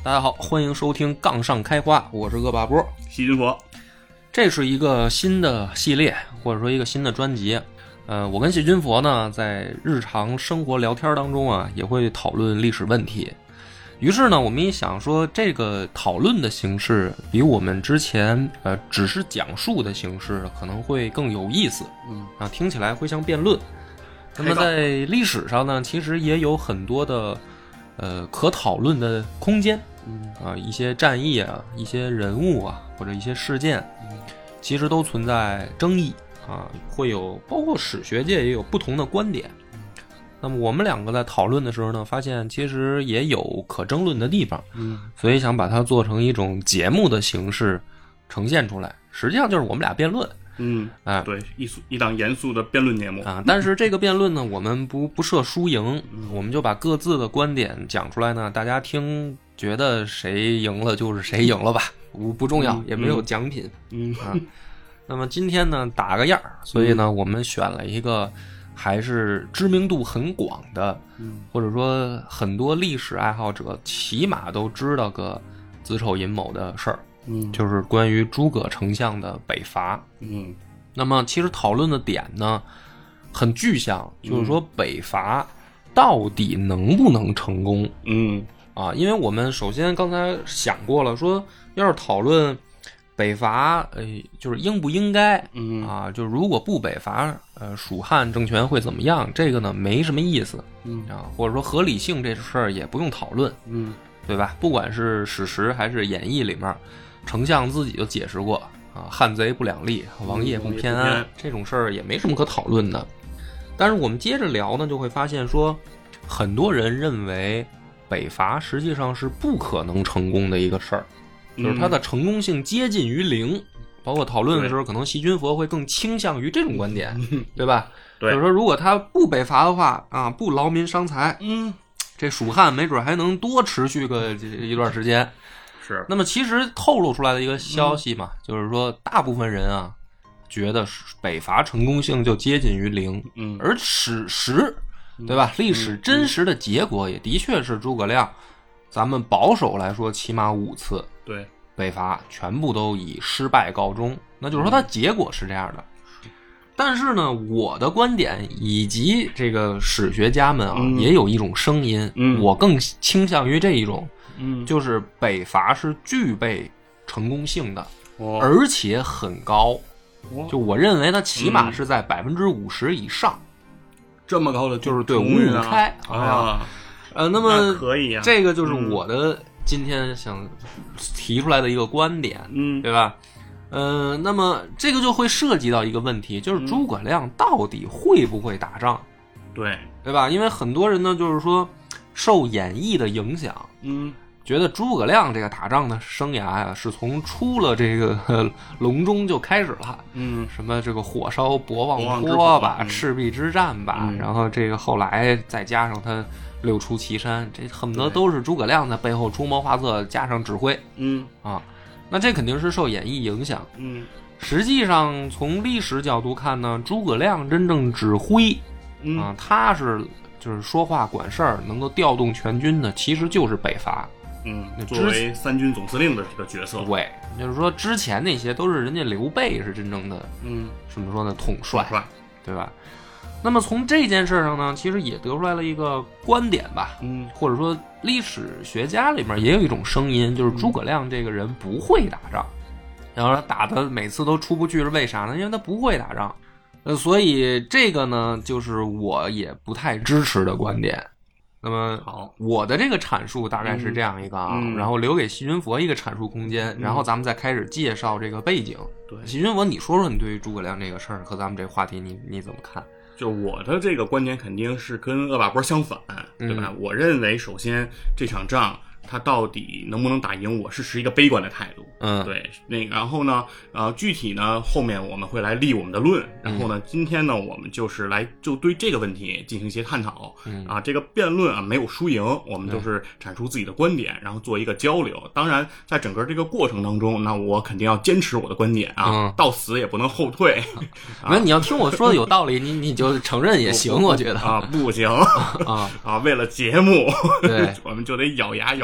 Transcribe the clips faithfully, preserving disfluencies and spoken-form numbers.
大家好，欢迎收听杠上开花，我是恶霸波细菌佛。 这是一个新的系列，或者说一个新的专辑。呃，我跟细菌佛呢，在日常生活聊天当中啊，也会讨论历史问题。于是呢，我们一想说，这个讨论的形式比我们之前呃只是讲述的形式可能会更有意思， 嗯啊，听起来会像辩论。那么在历史上呢，其实也有很多的呃可讨论的空间。 嗯啊，一些战役啊，一些人物啊，或者一些事件，其实都存在争议啊，会有包括史学界也有不同的观点。那么我们两个在讨论的时候呢，发现其实也有可争论的地方， 嗯， 所以想把它做成一种节目的形式呈现出来。实际上就是我们俩辩论。 嗯， 哎， 对，一一档严肃的辩论节目啊，但是这个辩论呢，我们不不设输赢，我们就把各自的观点讲出来呢，大家听觉得谁赢了就是谁赢了吧，不不重要， 嗯、 也没有奖品， 嗯啊。那么今天呢，打个样，所以呢，我们选了一个还是知名度很广的， 嗯、 或者说很多历史爱好者起码都知道个子丑寅卯的事儿。 嗯， 就是关于诸葛丞相的北伐。 嗯， 那么其实讨论的点呢很具象，就是说北伐到底能不能成功？ 嗯啊，因为我们首先刚才想过了，说要是讨论北伐，呃，就是应不应该， 嗯啊，就如果不北伐，呃，蜀汉政权会怎么样？这个呢没什么意思， 嗯啊，或者说合理性这事儿也不用讨论， 嗯， 对吧？不管是史实还是演义里面。丞相自己就解释过啊，汉贼不两立，王爷不偏安，嗯、这种事儿也没什么可讨论的。但是我们接着聊呢，就会发现说，很多人认为北伐实际上是不可能成功的一个事儿，就是它的成功性接近于零。嗯、包括讨论的时候，可能细菌佛会更倾向于这种观点，对吧？ 对， 就是说，如果他不北伐的话啊，不劳民伤财， 嗯， 这蜀汉没准还能多持续个一段时间。 是， 那么其实透露出来的一个消息嘛，嗯、就是说大部分人啊觉得北伐成功性就接近于零， 嗯， 而史实，对吧？历史真实的结果也的确是诸葛亮，咱们保守来说起码五次， 对， 北伐全部都以失败告终，那就是说它结果是这样的。但是呢，我的观点以及这个史学家们啊， 嗯、 也有一种声音， 嗯， 我更倾向于这一种。 嗯， 就是北伐是具备成功性的， 哦、 而且很高， 哦、 就我认为它起码是在百分之五十以上， 这么高的就是对五五开啊，啊呃，那么那可以啊， 这个就是我的今天想提出来的一个观点， 嗯， 对吧？呃，那么这个就会涉及到一个问题，就是诸葛亮到底会不会打仗？ 对， 对吧？因为很多人呢，就是说受演义的影响， 嗯。 觉得诸葛亮这个打仗的生涯呀，是从出了这个隆中就开始了。 嗯， 什么这个火烧博望坡吧， 嗯、 赤壁之战吧， 嗯、 然后这个后来再加上他六出祁山，这恨不得都是诸葛亮在背后出谋划策，加上指挥。 嗯啊，那这肯定是受演义影响。 嗯， 实际上从历史角度看呢，诸葛亮真正指挥， 嗯、 啊，他是就是说话管事儿，能够调动全军的，其实就是北伐。 嗯，作为三军总司令的这个角色， 对，就是说之前那些都是人家刘备是真正的， 嗯， 怎么说呢，统帅， 帅对吧？那么从这件事上呢，其实也得出来了一个观点吧， 嗯， 或者说历史学家里面也有一种声音，就是诸葛亮这个人不会打仗，然后他打的每次都出不去是为啥呢？因为他不会打仗，呃，所以这个呢，就是我也不太支持的观点。那么好， 我的这个阐述大概是这样一个啊， 嗯、 然后留给细菌佛一个阐述空间， 嗯、 然后咱们再开始介绍这个背景。 对， 细菌佛，你说说你对于诸葛亮这个事儿和咱们这个话题你你怎么看？ 就我的这个观点肯定是跟恶霸波相反，对吧？ 嗯、 我认为首先这场仗他到底能不能打赢，我是持一个悲观的态度。 嗯， 对，那个，然后呢，呃，具体呢，后面我们会来立我们的论。然后呢， 嗯、 今天呢，我们就是来就对这个问题进行一些探讨。 嗯啊，这个辩论啊没有输赢，我们都是阐述自己的观点，然后做一个交流。当然，在整个这个过程当中，那我肯定要坚持我的观点啊， 嗯、 到死也不能后退。 那、啊、你要听我说的有道理，你你就承认也行，我觉得啊，不行啊啊，为了节目， 对， 我们就得咬牙咬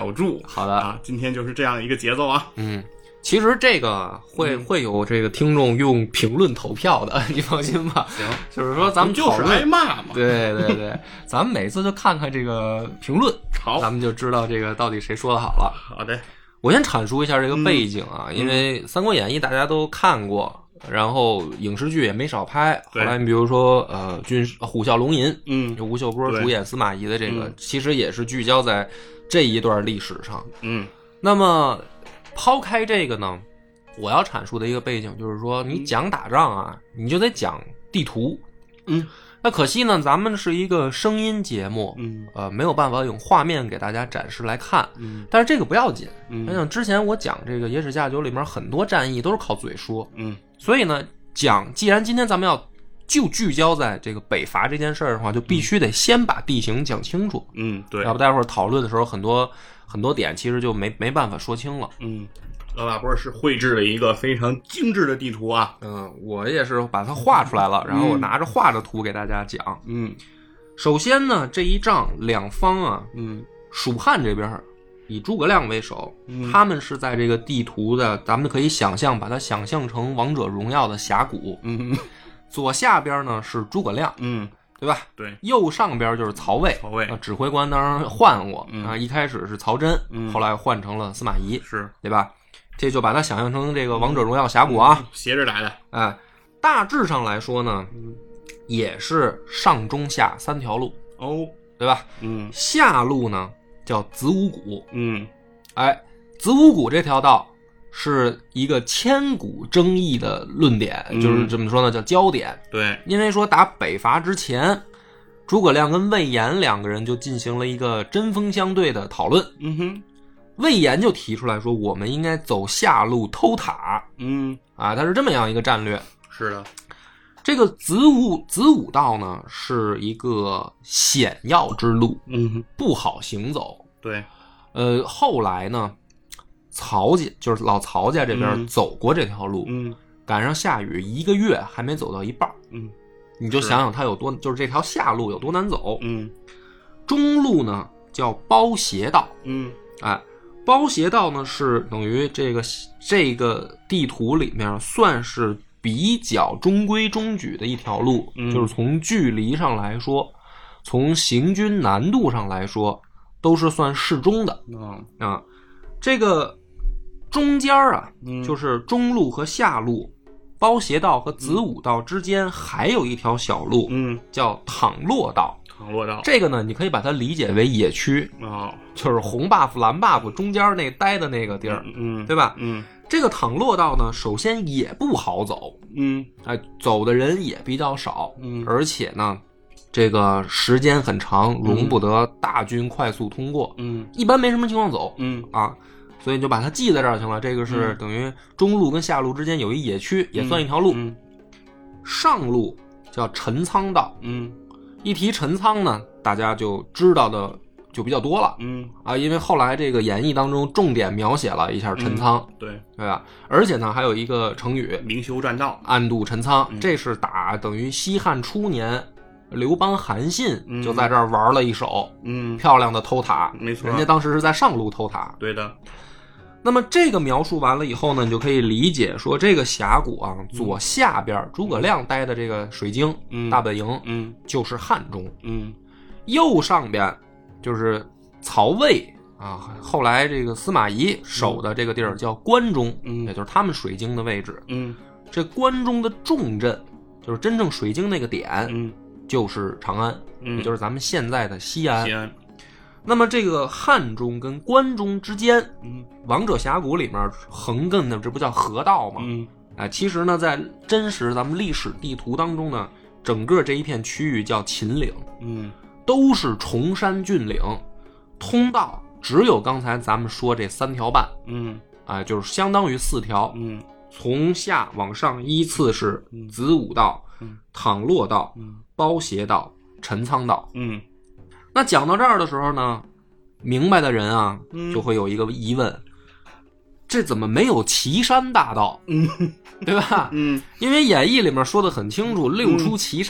小注。 好的啊，今天就是这样一个节奏啊。 嗯。其实这个会、嗯、会有这个听众用评论投票的，你放心吧。 行， 就是说咱们就是挨骂嘛。 对对对，咱们每次就看看这个评论， 好， 咱们就知道这个到底谁说的好了。 好的， 我先阐述一下这个背景啊， 嗯、 因为《三国演义》大家都看过，然后影视剧也没少拍。后来你比如说呃，军虎啸龙吟， 嗯， 就吴秀波主演司马懿的这个，其实也是聚焦在这一段历史上。 嗯， 那么。抛开这个呢，我要阐述的一个背景就是说，你讲打仗啊，你就得讲地图。 嗯， 那可惜呢，咱们是一个声音节目， 嗯， 呃，没有办法用画面给大家展示来看。 嗯， 但是这个不要紧。 嗯， 像之前我讲这个《野史下酒》里面很多战役都是靠嘴说。 嗯， 所以呢，讲既然今天咱们要就聚焦在这个北伐这件事儿的话，就必须得先把地形讲清楚。 嗯，对， 要不待会儿讨论的时候很多。很多点其实就没没办法说清了。 嗯，老大波是绘制了一个非常精致的地图啊。 嗯，我也是把它画出来了，然后我拿着画的图给大家讲。 嗯， 首先呢，这一仗两方啊， 嗯， 蜀汉这边以诸葛亮为首， 嗯、 他们是在这个地图的，咱们可以想象，把它想象成王者荣耀的峡谷。 嗯， 左下边呢是诸葛亮。 嗯。 对吧？ 对， 右上边就是曹魏， 曹魏、 呃、指挥官当然换过、 嗯、 啊，一开始是曹真、 嗯， 后来换成了司马懿， 是对吧？这就把它想象成这个王者荣耀峡谷啊， 嗯、斜着来的。 哎，大致上来说呢， 嗯、 也是上中下三条路哦， 对吧？ 嗯， 下路呢叫子午谷， 嗯， 哎，子午谷这条道是一个千古争议的论点， 嗯、 就是这么说呢，叫焦点。 对， 因为说打北伐之前，诸葛亮跟魏延两个人就进行了一个针锋相对的讨论。 嗯哼， 魏延就提出来说，我们应该走下路偷塔。 嗯， 啊，他是这么样一个战略。 是的， 这个子午子午道呢，是一个险要之路， 嗯， 不好行走。 对， 呃，后来呢？曹家就是老曹家这边走过这条路， 嗯， 赶上下雨一个月还没走到一半， 嗯， 你就想想它有多，就是这条下路有多难走， 嗯， 中路呢叫包斜道， 嗯， 哎，包斜道呢是等于这个这个地图里面算是比较中规中矩的一条路， 嗯， 就是从距离上来说，从行军难度上来说，都是算适中的， 嗯啊，这个。中间啊、 嗯， 就是中路和下路，包斜道和子午道之间还有一条小路， 嗯， 叫淌洛道。 淌洛道， 这个呢，你可以把它理解为野区， 哦， 就是红 buff 蓝 buff 中间那待的那个地儿， 嗯， 对吧？ 嗯， 这个淌洛道呢，首先也不好走， 嗯， 哎，走的人也比较少， 嗯， 而且呢，这个时间很长，容不得大军快速通过， 嗯， 一般没什么情况走， 嗯啊。所以你就把它记在这儿行了，这个是等于中路跟下路之间有一野区，嗯、也算一条路。 嗯、 上路叫陈仓道， 嗯， 一提陈仓呢，大家就知道的就比较多了， 嗯啊，因为后来这个演义当中重点描写了一下陈仓， 嗯、对对吧？而且呢，还有一个成语明修栈道， 暗度陈仓， 嗯、 这是打等于西汉初年。刘邦韩信嗯就在这儿玩了一手， 嗯， 漂亮的偷塔， 没错， 人家当时是在上路偷塔， 对的。 那么这个描述完了以后呢，你就可以理解说，这个峡谷啊，左下边诸葛亮待的这个水晶、 嗯、 大本营， 嗯， 就是汉中， 嗯， 右上边就是曹魏啊，后来这个司马懿守的这个地儿叫关中， 嗯， 也就是他们水晶的位置， 嗯， 这关中的重镇就是真正水晶那个点， 嗯， 就是长安， 嗯， 也就是咱们现在的西安。 西安。 那么这个汉中跟关中之间， 嗯， 王者峡谷里面横亘的，这不叫河道吗？ 嗯， 哎，其实呢，在真实咱们历史地图当中呢，整个这一片区域叫秦岭， 嗯， 都是崇山峻岭，通道只有刚才咱们说这三条半， 嗯， 哎，就是相当于四条， 嗯， 从下往上依次是子午道、 嗯、 淌洛道、 嗯、 包斜道、陈仓道， 嗯。 那讲到这儿的时候呢，明白的人啊， 嗯、 就会有一个疑问：这怎么没有岐山大道？ 嗯， 对吧？ 嗯， 因为演义里面说的很清楚，六出岐山，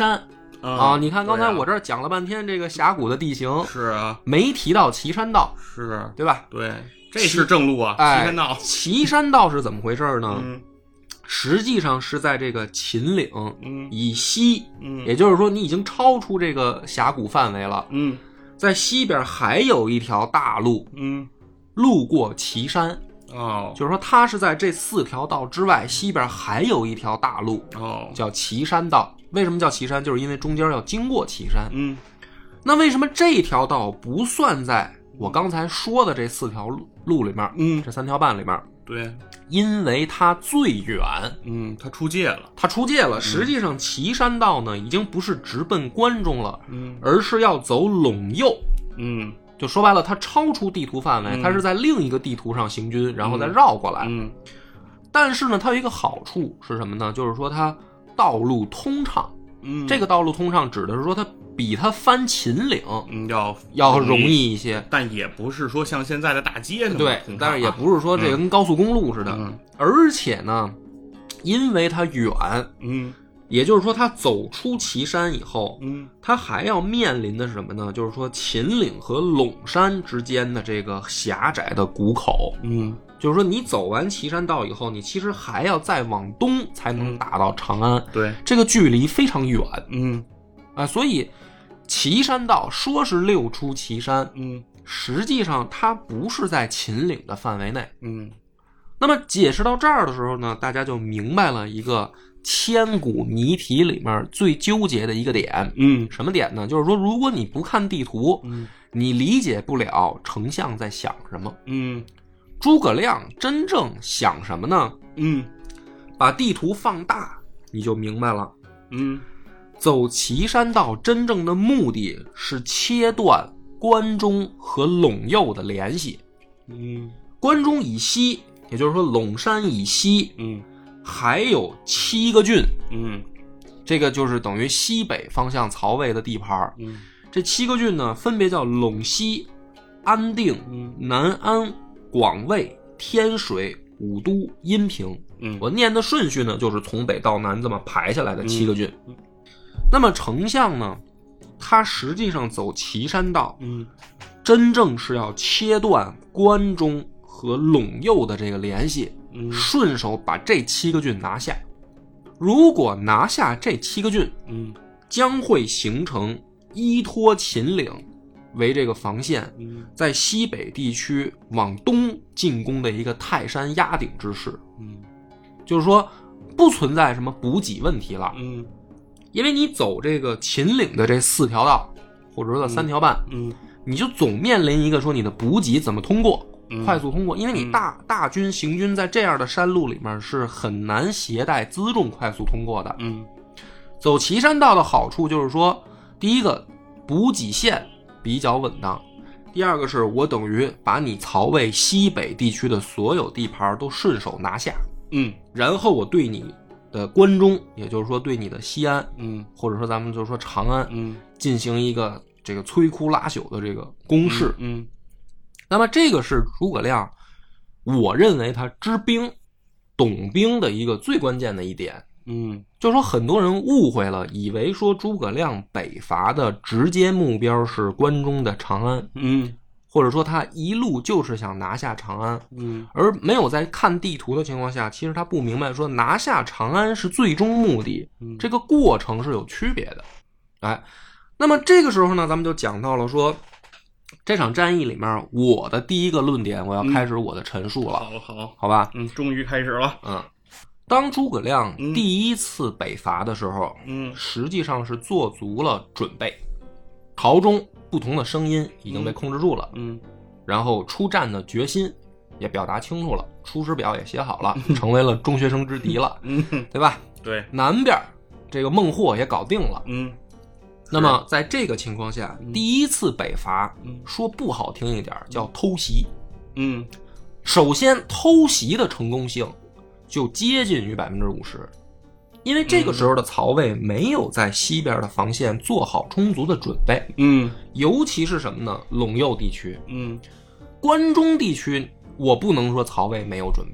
啊！ 啊你看刚才我这儿讲了半天这个峡谷的地形， 是啊， 没提到岐山道， 是， 对吧？ 对，这是正路啊， 哎、 岐山道。 岐山道是怎么回事呢？ 嗯， 实际上是在这个秦岭以西， 嗯， 也就是说你已经超出这个峡谷范围了。 嗯， 在西边还有一条大路， 嗯， 路过岐山。 哦， 就是说它是在这四条道之外，西边还有一条大路， 哦， 叫岐山道。为什么叫岐山？就是因为中间要经过岐山。 嗯， 那为什么这条道不算在我刚才说的这四条路里面？ 嗯， 这三条半里面。 对， 因为它最远。 嗯，它出界了。 它出界了。实际上，岐山道呢，已经不是直奔关中了， 嗯， 而是要走陇右。 嗯。 就说白了，它超出地图范围， 嗯、 它是在另一个地图上行军，然后再绕过来。 嗯， 但是呢，它有一个好处是什么呢？就是说它道路通畅。 嗯， 这个道路通畅指的是说它比它翻秦岭嗯要要容易一些， 但也不是说像现在的大街对，但是也不是说这个跟高速公路似的。 嗯、 而且呢，因为它远， 嗯。 也就是说，他走出岐山以后， 嗯， 他还要面临的是什么呢？就是说，秦岭和陇山之间的这个狭窄的谷口。 嗯， 就是说，你走完岐山道以后，你其实还要再往东才能打到长安。 嗯、对， 这个距离非常远。 嗯， 啊，所以岐山道说是溜出岐山， 嗯， 实际上它不是在秦岭的范围内。 嗯， 那么解释到这儿的时候呢，大家就明白了一个千古谜题里面最纠结的一个点。 嗯， 什么点呢？就是说，如果你不看地图， 嗯， 你理解不了丞相在想什么。 嗯， 诸葛亮真正想什么呢？ 嗯， 把地图放大，你就明白了。 嗯， 走岐山道真正的目的是切断关中和陇右的联系。 嗯， 关中以西，也就是说陇山以西， 嗯。 还有七个郡， 嗯， 这个就是等于西北方向曹魏的地盘。 嗯， 这七个郡呢，分别叫陇西、安定、 嗯、 南安、广卫、天水、武都、阴平。 嗯， 我念的顺序呢，就是从北到南这么排下来的七个郡。 嗯、 那么丞相呢，他实际上走岐山道， 嗯， 真正是要切断关中和陇右的这个联系。 嗯， 顺手把这七个郡拿下。如果拿下这七个郡， 嗯， 将会形成依托秦岭为这个防线， 嗯， 在西北地区往东进攻的一个泰山压顶之势。 嗯， 就是说不存在什么补给问题了。 嗯， 因为你走这个秦岭的这四条道，或者说三条半， 嗯， 你就总面临一个说你的补给怎么通过。快速通过，因为你大、嗯、大军行军在这样的山路里面是很难携带辎重快速通过的。 嗯， 走岐山道的好处就是说，第一个补给线比较稳当，第二个是我等于把你曹魏西北地区的所有地盘都顺手拿下。 嗯， 然后我对你的关中，也就是说对你的西安， 嗯， 或者说咱们就说长安， 嗯， 进行一个这个摧枯拉朽的这个攻势。 嗯。嗯那么这个是诸葛亮，我认为他知兵、懂兵的一个最关键的一点。 嗯， 就是说很多人误会了，以为说诸葛亮北伐的直接目标是关中的长安， 嗯， 或者说他一路就是想拿下长安， 嗯， 而没有在看地图的情况下，其实他不明白说拿下长安是最终目的， 嗯， 这个过程是有区别的。哎，那么这个时候呢，咱们就讲到了说。这场战役里面，我的第一个论点，我要开始我的陈述了。 嗯、好好， 好吧， 嗯，终于开始了。 嗯，当诸葛亮第一次北伐的时候， 嗯， 实际上是做足了准备，朝中不同的声音已经被控制住了， 嗯， 然后出战的决心也表达清楚了，出师表也写好了，嗯、成为了中学生之敌了， 嗯， 对吧？ 对， 南边这个孟获也搞定了， 嗯。 那么在这个情况下， 嗯、 第一次北伐， 嗯、 说不好听一点叫偷袭。 嗯， 首先偷袭的成功性就接近于百分之五十，因为这个时候的曹魏没有在西边的防线做好充足的准备。 嗯， 尤其是什么呢？陇右地区。 嗯， 关中地区我不能说曹魏没有准备，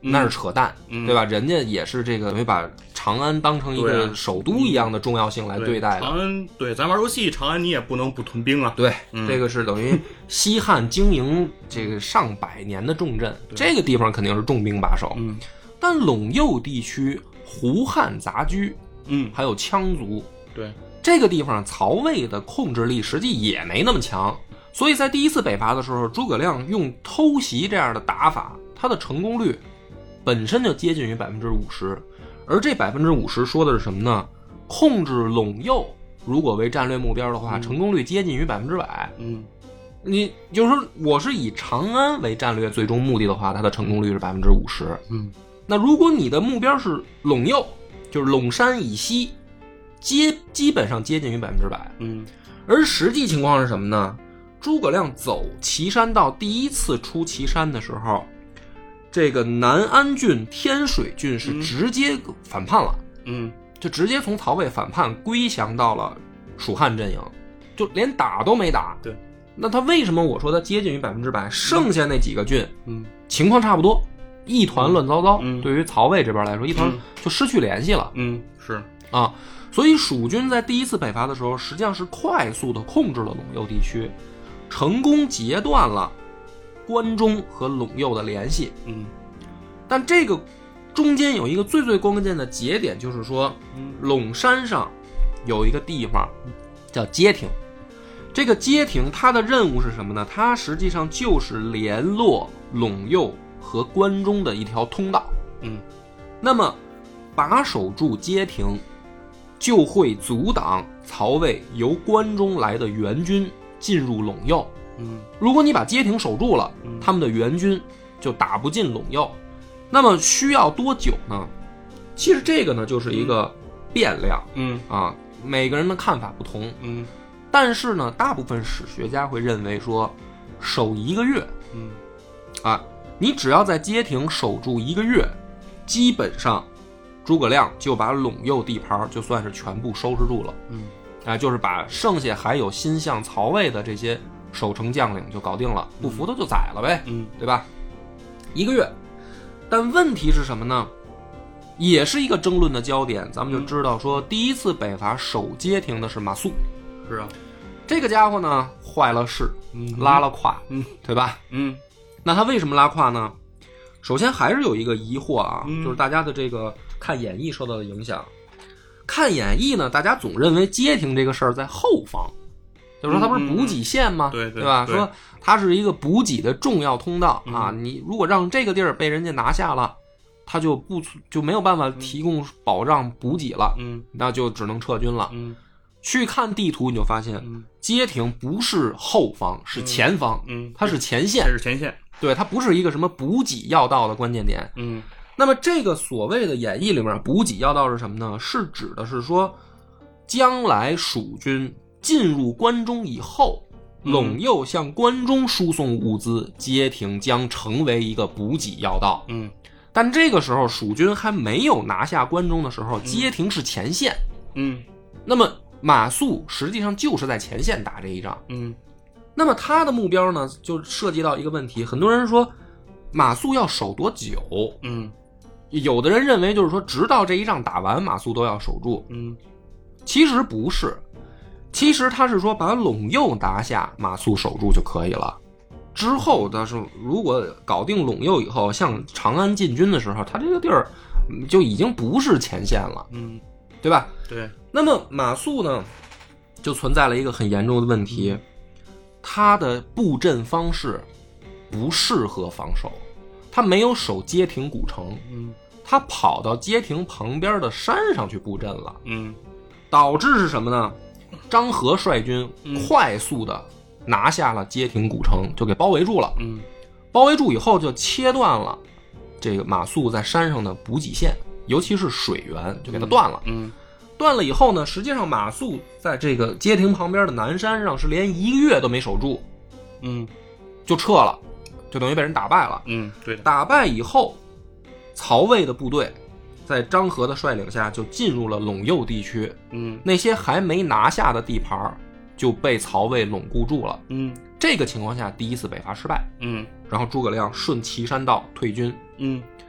那是扯淡， 嗯、 对吧？人家也是这个等于把长安当成一个首都一样的重要性来对待的。 长安，对，咱玩游戏，长安你也不能不屯兵啊。 对， 嗯、 这个是等于西汉经营这个上百年的重镇，这个地方肯定是重兵把守。 嗯， 但陇右地区胡汉杂居， 嗯， 还有羌族， 对， 这个地方曹魏的控制力实际也没那么强。所以在第一次北伐的时候，诸葛亮用偷袭这样的打法，他的成功率本身就接近于百分之五十，而这百分之五十说的是什么呢？控制陇右，如果为战略目标的话， 嗯、 成功率接近于百分之百。 嗯， 你就是说，我是以长安为战略最终目的的话，它的成功率是百分之五十。 嗯， 那如果你的目标是陇右，就是陇山以西，基基本上接近于百分之百。 嗯， 而实际情况是什么呢？诸葛亮走岐山道第一次出岐山的时候，这个南安郡、天水郡是直接反叛了， 嗯， 就直接从曹魏反叛归降到了蜀汉阵营，就连打都没打。 对， 那他为什么我说他接近于百分之百？剩下那几个郡， 嗯， 情况差不多，一团乱糟糟。 嗯， 对于曹魏这边来说，一团就失去联系了。 嗯，是啊，所以蜀军在第一次北伐的时候，实际上是快速的控制了陇右地区。成功截断了关中和陇右的联系， 嗯， 但这个中间有一个最最关键的节点，就是说，陇山上有一个地方叫街亭，这个街亭它的任务是什么呢？它实际上就是联络陇右和关中的一条通道， 嗯， 那么把守住街亭，就会阻挡曹魏由关中来的援军进入陇右。 嗯， 如果你把街亭守住了， 嗯， 他们的援军就打不进陇右。那么需要多久呢？其实这个呢就是一个变量， 嗯啊，每个人的看法不同， 嗯， 但是呢，大部分史学家会认为说，守一个月， 嗯， 啊，你只要在街亭守住一个月，基本上诸葛亮就把陇右地盘就算是全部收拾住了， 嗯。 啊，就是把剩下还有心向曹魏的这些守城将领就搞定了，不服的就宰了呗， 嗯， 对吧？一个月，但问题是什么呢？也是一个争论的焦点。咱们就知道说，第一次北伐守街亭的是马谡， 是啊， 这个家伙呢坏了事， 嗯， 拉了胯， 嗯， 对吧？ 嗯， 那他为什么拉胯呢？首先还是有一个疑惑啊， 嗯、 就是大家的这个看演义受到的影响。看演义呢，大家总认为街亭这个事儿在后方，就是说它不是补给线吗？ 嗯、对 对, 对吧？ 对说它是一个补给的重要通道、 嗯、 啊，你如果让这个地儿被人家拿下了，它就不就没有办法提供保障补给了， 嗯， 那就只能撤军了。 嗯， 去看地图你就发现， 嗯、 街亭不是后方，是前方， 嗯， 它是前线， 这是前线， 对，它不是一个什么补给要道的关键点， 嗯。 那么这个所谓的演义里面补给要道是什么呢？是指的是说，将来蜀军进入关中以后，陇右向关中输送物资，街亭将成为一个补给要道。 嗯， 但这个时候蜀军还没有拿下关中的时候，街亭是前线。 嗯， 那么马谡实际上就是在前线打这一仗。 嗯， 那么他的目标呢，就涉及到一个问题，很多人说马谡要守多久？ 嗯， 有的人认为就是说，直到这一仗打完，马谡都要守住。 嗯， 其实不是，其实他是说把陇右拿下，马谡守住就可以了。之后的是，如果搞定陇右以后，向长安进军的时候，他这个地儿就已经不是前线了， 嗯， 对吧？ 对。 那么马谡呢，就存在了一个很严重的问题，他的布阵方式不适合防守。他没有守街亭古城， 嗯， 他跑到街亭旁边的山上去布阵了， 嗯， 导致是什么呢？张合率军快速的拿下了街亭古城，就给包围住了， 嗯， 包围住以后就切断了这个马谡在山上的补给线，尤其是水源就给它断了， 嗯， 断了以后呢，实际上马谡在这个街亭旁边的南山上是连一个月都没守住， 嗯， 就撤了。就等于被人打败了。 嗯，对的。 打败以后，曹魏的部队在张合的率领下就进入了陇右地区。 嗯， 那些还没拿下的地盘就被曹魏拢固住了。 嗯， 这个情况下，第一次北伐失败。 嗯， 然后诸葛亮顺岐山道退军。 嗯，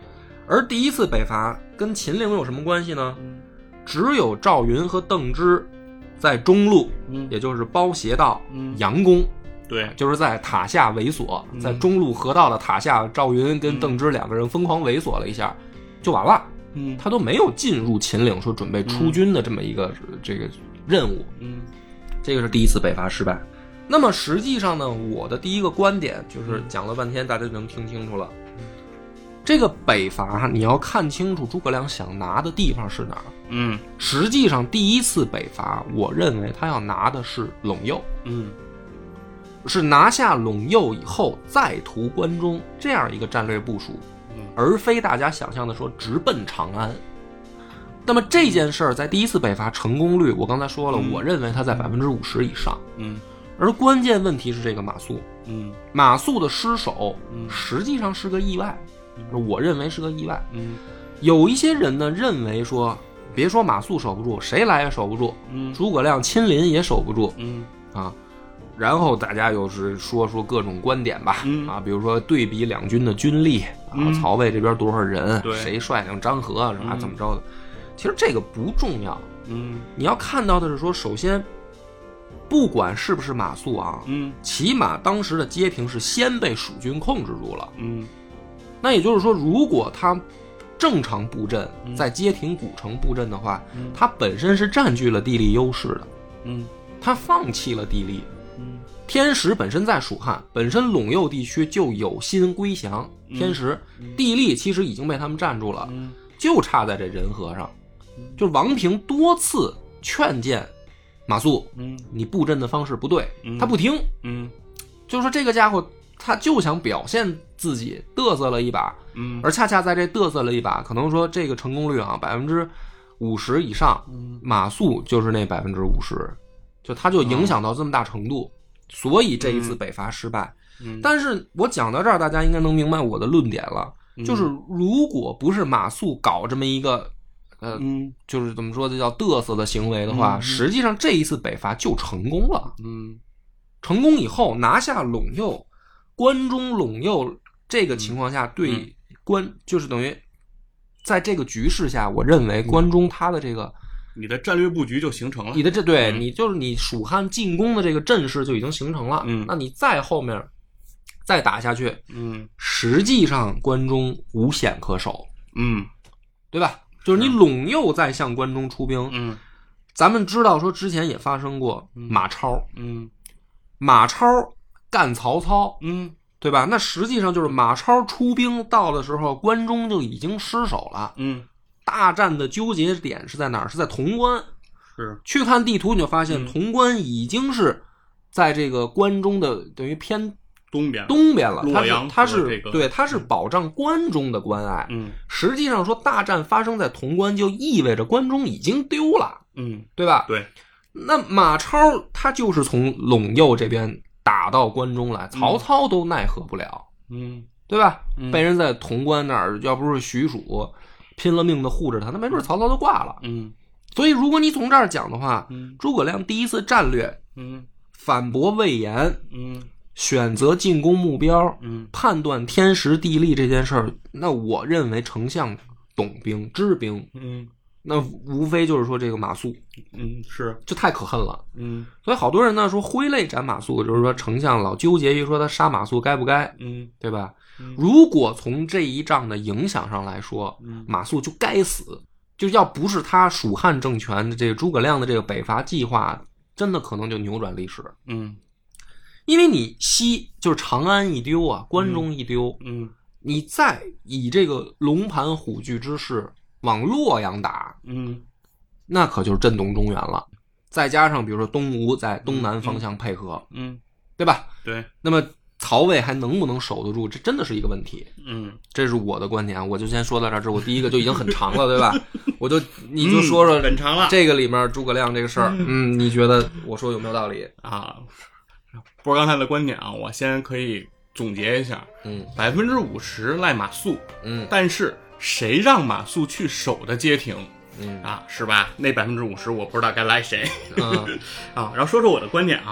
而第一次北伐跟秦陵有什么关系呢？只有赵云和邓芝在中路， 嗯， 也就是包斜道、 嗯、 佯攻， 对， 就是在塔下猥琐， 嗯、 在中路河道的塔下，赵云跟邓芝两个人疯狂猥琐了一下，嗯、就完了。 嗯， 他都没有进入秦岭说准备出军的这么一个、嗯、这个任务。 嗯， 这个是第一次北伐失败。那么实际上呢，我的第一个观点就是讲了半天，大家就能听清楚了。这个北伐你要看清楚诸葛亮想拿的地方是哪儿。 嗯， 实际上第一次北伐，我认为他要拿的是陇右。 嗯， 是拿下陇右以后再图关中这样一个战略部署， 嗯， 而非大家想象的说直奔长安。那么这件事儿在第一次北伐成功率，我刚才说了， 嗯、 我认为它在百分之五十以上。 嗯， 而关键问题是这个马谡。 嗯， 马谡的失守， 嗯， 实际上是个意外。我认为是个意外。 嗯， 有一些人呢认为说，别说马谡守不住，谁来也守不住。 嗯， 诸葛亮亲临也守不住。 嗯啊，然后大家又是说说各种观点吧。 嗯啊，比如说对比两军的军力啊， 嗯、 曹魏这边多少人， 对， 谁率领张合是吧？ 嗯、 怎么着的？其实这个不重要。 嗯， 你要看到的是说，首先，不管是不是马谡啊， 嗯， 起码当时的街亭是先被蜀军控制住了。 嗯。 那也就是说，如果他正常布阵，在街亭古城布阵的话， 嗯、 他本身是占据了地利优势的， 嗯， 他放弃了地利， 嗯， 天时本身在蜀汉，本身陇右地区就有心归降，天时、 嗯、 地利其实已经被他们占住了， 嗯， 就差在这人和上，就王平多次劝谏马谡， 嗯， 你布阵的方式不对， 嗯、 他不听， 嗯， 就是说这个家伙。他就想表现自己嘚瑟了一把， 嗯， 而恰恰在这嘚瑟了一把，可能说这个成功率啊百分之五十以上， 嗯， 马谡就是那百分之五十，就他就影响到这么大程度，嗯、所以这一次北伐失败。 嗯， 但是我讲到这儿，大家应该能明白我的论点了， 嗯、 就是如果不是马谡搞这么一个，呃， 嗯， 就是怎么说这叫嘚瑟的行为的话， 嗯、 实际上这一次北伐就成功了。 嗯， 成功以后拿下陇右。关中陇右这个情况下，对关、嗯、就是等于在这个局势下，我认为关中它的这个、 嗯、你的战略布局就形成了， 你的这对、 嗯、 你就是你蜀汉进攻的这个阵势就已经形成了。 嗯， 那你再后面再打下去， 嗯， 实际上关中无险可守， 嗯， 对吧？就是你陇右再向关中出兵， 嗯， 咱们知道说之前也发生过马超， 嗯， 马超。干曹操， 嗯， 对吧？那实际上就是马超出兵到的时候，关中就已经失守了。 嗯， 大战的纠结点是在哪儿？是在潼关。 是， 去看地图你就发现， 嗯、 潼关已经是在这个关中的等于偏东边， 东边了。 洛阳， 它是，它是、这个、 对，它是保障关中的关隘。 嗯， 实际上说大战发生在潼关，就意味着关中已经丢了。 嗯， 对吧？ 对。 那马超他就是从陇右这边。打到关中来，曹操都奈何不了， 嗯， 对吧？ 嗯、 被人在潼关那儿，要不是许褚拼了命的护着他，那没准曹操就挂了。 嗯， 所以如果你从这儿讲的话， 嗯， 诸葛亮第一次战略， 嗯， 反驳魏延， 嗯， 选择进攻目标， 嗯， 判断天时地利这件事儿，那我认为丞相懂兵知兵， 嗯。 那无非就是说这个马谡， 嗯，是， 这太可恨了， 嗯， 所以好多人呢说挥泪斩马谡，就是说丞相老纠结于说他杀马谡该不该， 嗯， 对吧？ 嗯、 如果从这一仗的影响上来说， 嗯、 马谡就该死，就要不是他蜀汉政权的这个诸葛亮的这个北伐计划，真的可能就扭转历史， 嗯， 因为你西就是长安一丢啊，关中一丢， 嗯，嗯你再以这个龙盘虎踞之势。往洛阳打， 嗯， 那可就是震动中原了。再加上比如说东吴在东南方向配合， 嗯，嗯对吧？ 对。 那么曹魏还能不能守得住？这真的是一个问题。 嗯， 这是我的观点，我就先说到这儿。这我第一个就已经很长了，对吧？我就你就说说很长了。 这个里面诸葛亮这个事儿，嗯，你觉得我说有没有道理啊？不是刚才的观点啊，我先可以总结一下。 嗯， 百分之五十赖马谡， 嗯， 但是。谁让马谡去守的街亭？ 嗯啊，是吧？那百分之五十我不知道该赖谁。 嗯啊，然后说说我的观点啊，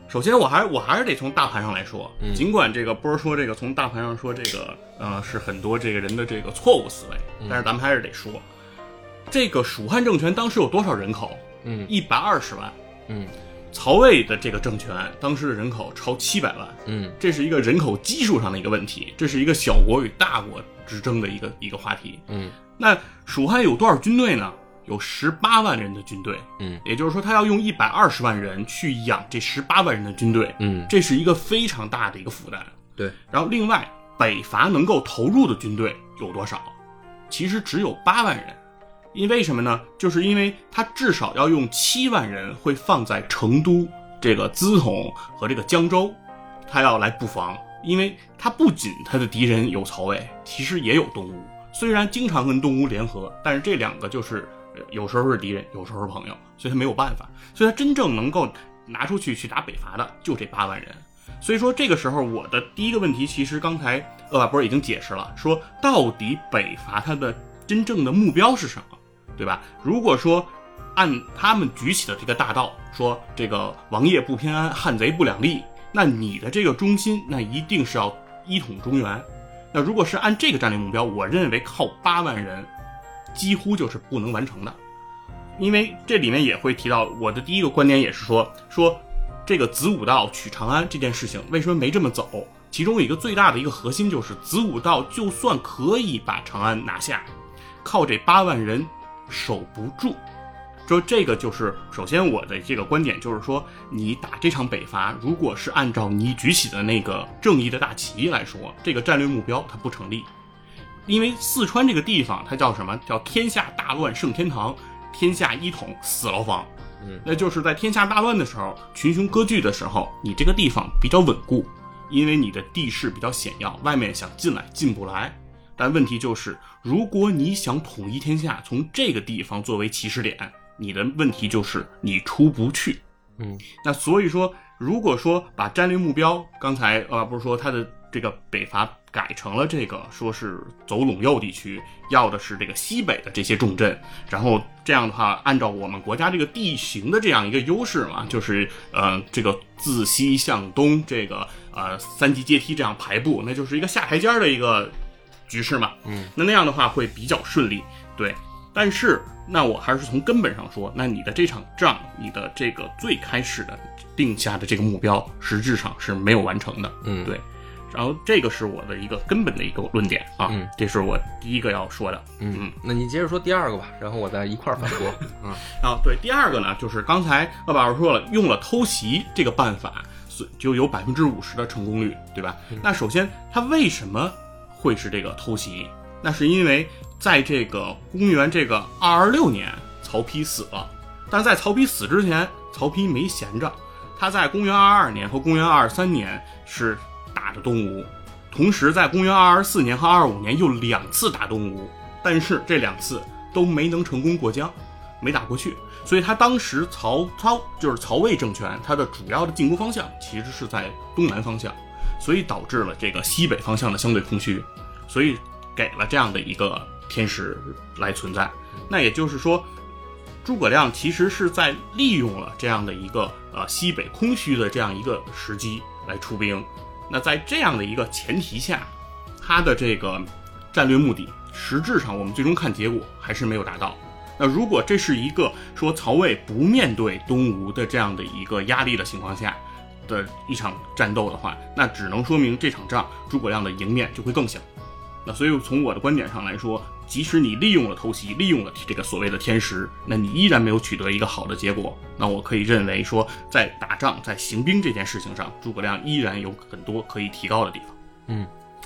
首先我还我还是得从大盘上来说， 嗯、 尽管这个波儿说这个从大盘上说这个呃是很多这个人的这个错误思维， 嗯、 但是咱们还是得说，这个蜀汉政权当时有多少人口？ 嗯， 一百二十万。 嗯， 曹魏的这个政权当时的人口超七百万。 嗯， 这是一个人口基数上的一个问题，这是一个小国与大国之争的一个一个话题。 嗯， 那蜀汉有多少军队呢？有十八万人的军队。 嗯， 也就是说他要用一百二十万人去养这十八万人的军队。 嗯， 这是一个非常大的一个负担。 对。 然后另外北伐能够投入的军队有多少？其实只有八万人。因为什么呢？就是因为他至少要用七万人会放在成都、这个资潼和这个江州，他要来布防。因为他不仅他的敌人有曹魏，其实也有东吴。虽然经常跟东吴联合，但是这两个就是有时候是敌人，有时候是朋友，所以他没有办法。所以他真正能够拿出去去打北伐的就这八万人。所以说这个时候我的第一个问题，其实刚才鄂瓦波已经解释了，说到底北伐它的真正的目标是什么，对吧？如果说按他们举起的这个大道，说这个王爷不偏安，汉贼不两立，那你的这个中心那一定是要一统中原。那如果是按这个战略目标，我认为靠八万人几乎就是不能完成的。因为这里面也会提到，我的第一个观点也是说说这个子午道取长安这件事情为什么没这么走，其中有一个最大的一个核心就是子午道就算可以把长安拿下，靠这八万人守不住。说这个就是首先我的这个观点就是说，你打这场北伐，如果是按照你举起的那个正义的大旗来说，这个战略目标它不成立。因为四川这个地方它叫什么？叫天下大乱胜天堂，天下一统死牢房。 嗯， 那就是在天下大乱的时候，群雄割据的时候，你这个地方比较稳固，因为你的地势比较险要，外面想进来进不来。但问题就是，如果你想统一天下，从这个地方作为起始点，你的问题就是你出不去。 嗯， 那所以说，如果说把战略目标，刚才呃不是说他的这个北伐改成了这个，说是走陇右地区，要的是这个西北的这些重镇，然后这样的话，按照我们国家这个地形的这样一个优势嘛，就是呃这个自西向东，这个呃三级阶梯这样排布，那就是一个下台阶的一个局势嘛。 嗯， 那那样的话会比较顺利，对。但是那我还是从根本上说，那你的这场仗，你的这个最开始的定下的这个目标，实质上是没有完成的。 嗯， 对。然后这个是我的一个根本的一个论点啊， 嗯， 这是我第一个要说的。 嗯嗯，那你接着说第二个吧，然后我再一块儿反驳。嗯啊，对，第二个呢，就是刚才鄂老师说了，用了偷袭这个办法，就有百分之五十的成功率，对吧？ 嗯、 那首先，它为什么会是这个偷袭？那是因为在这个公元这个二二六年，曹丕死了，但在曹丕死之前，曹丕没闲着，他在公元二二年和公元二三年是打的东吴，同时在公元二二四年和二五年又两次打东吴，但是这两次都没能成功过江，没打过去，所以他当时曹操就是曹魏政权，他的主要的进攻方向其实是在东南方向，所以导致了这个西北方向的相对空虚，所以给了这样的一个天时来存在。那也就是说，诸葛亮其实是在利用了这样的一个呃西北空虚的这样一个时机来出兵。那在这样的一个前提下，他的这个战略目的实质上我们最终看结果还是没有达到。那如果这是一个说曹魏不面对东吴的这样的一个压力的情况下的一场战斗的话，那只能说明这场仗诸葛亮的赢面就会更小。那所以从我的观点上来说，即使你利用了偷袭，利用了这个所谓的天时，那你依然没有取得一个好的结果。那我可以认为说，在打仗在行兵这件事情上，诸葛亮依然有很多可以提高的地方。 嗯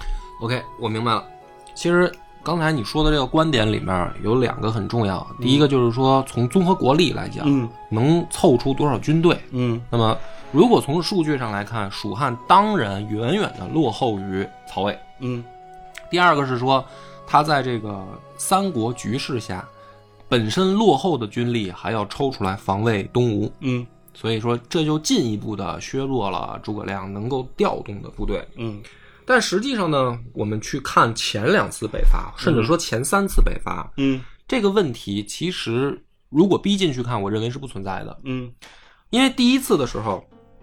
OK 我明白了。其实刚才你说的这个观点里面有两个很重要，第一个就是说从综合国力来讲， 嗯， 能凑出多少军队。 嗯， 那么如果从数据上来看，蜀汉当然远远的落后于曹魏。 嗯， 第二个是说他在这个三国局势下本身落后的军力还要抽出来防卫东吴。 嗯， 所以说这就进一步的削弱了诸葛亮能够调动的部队。 嗯， 但实际上呢，我们去看前两次北伐，甚至说前三次北伐， 嗯， 这个问题其实如果逼进去看，我认为是不存在的。 嗯， 因为第一次的时候，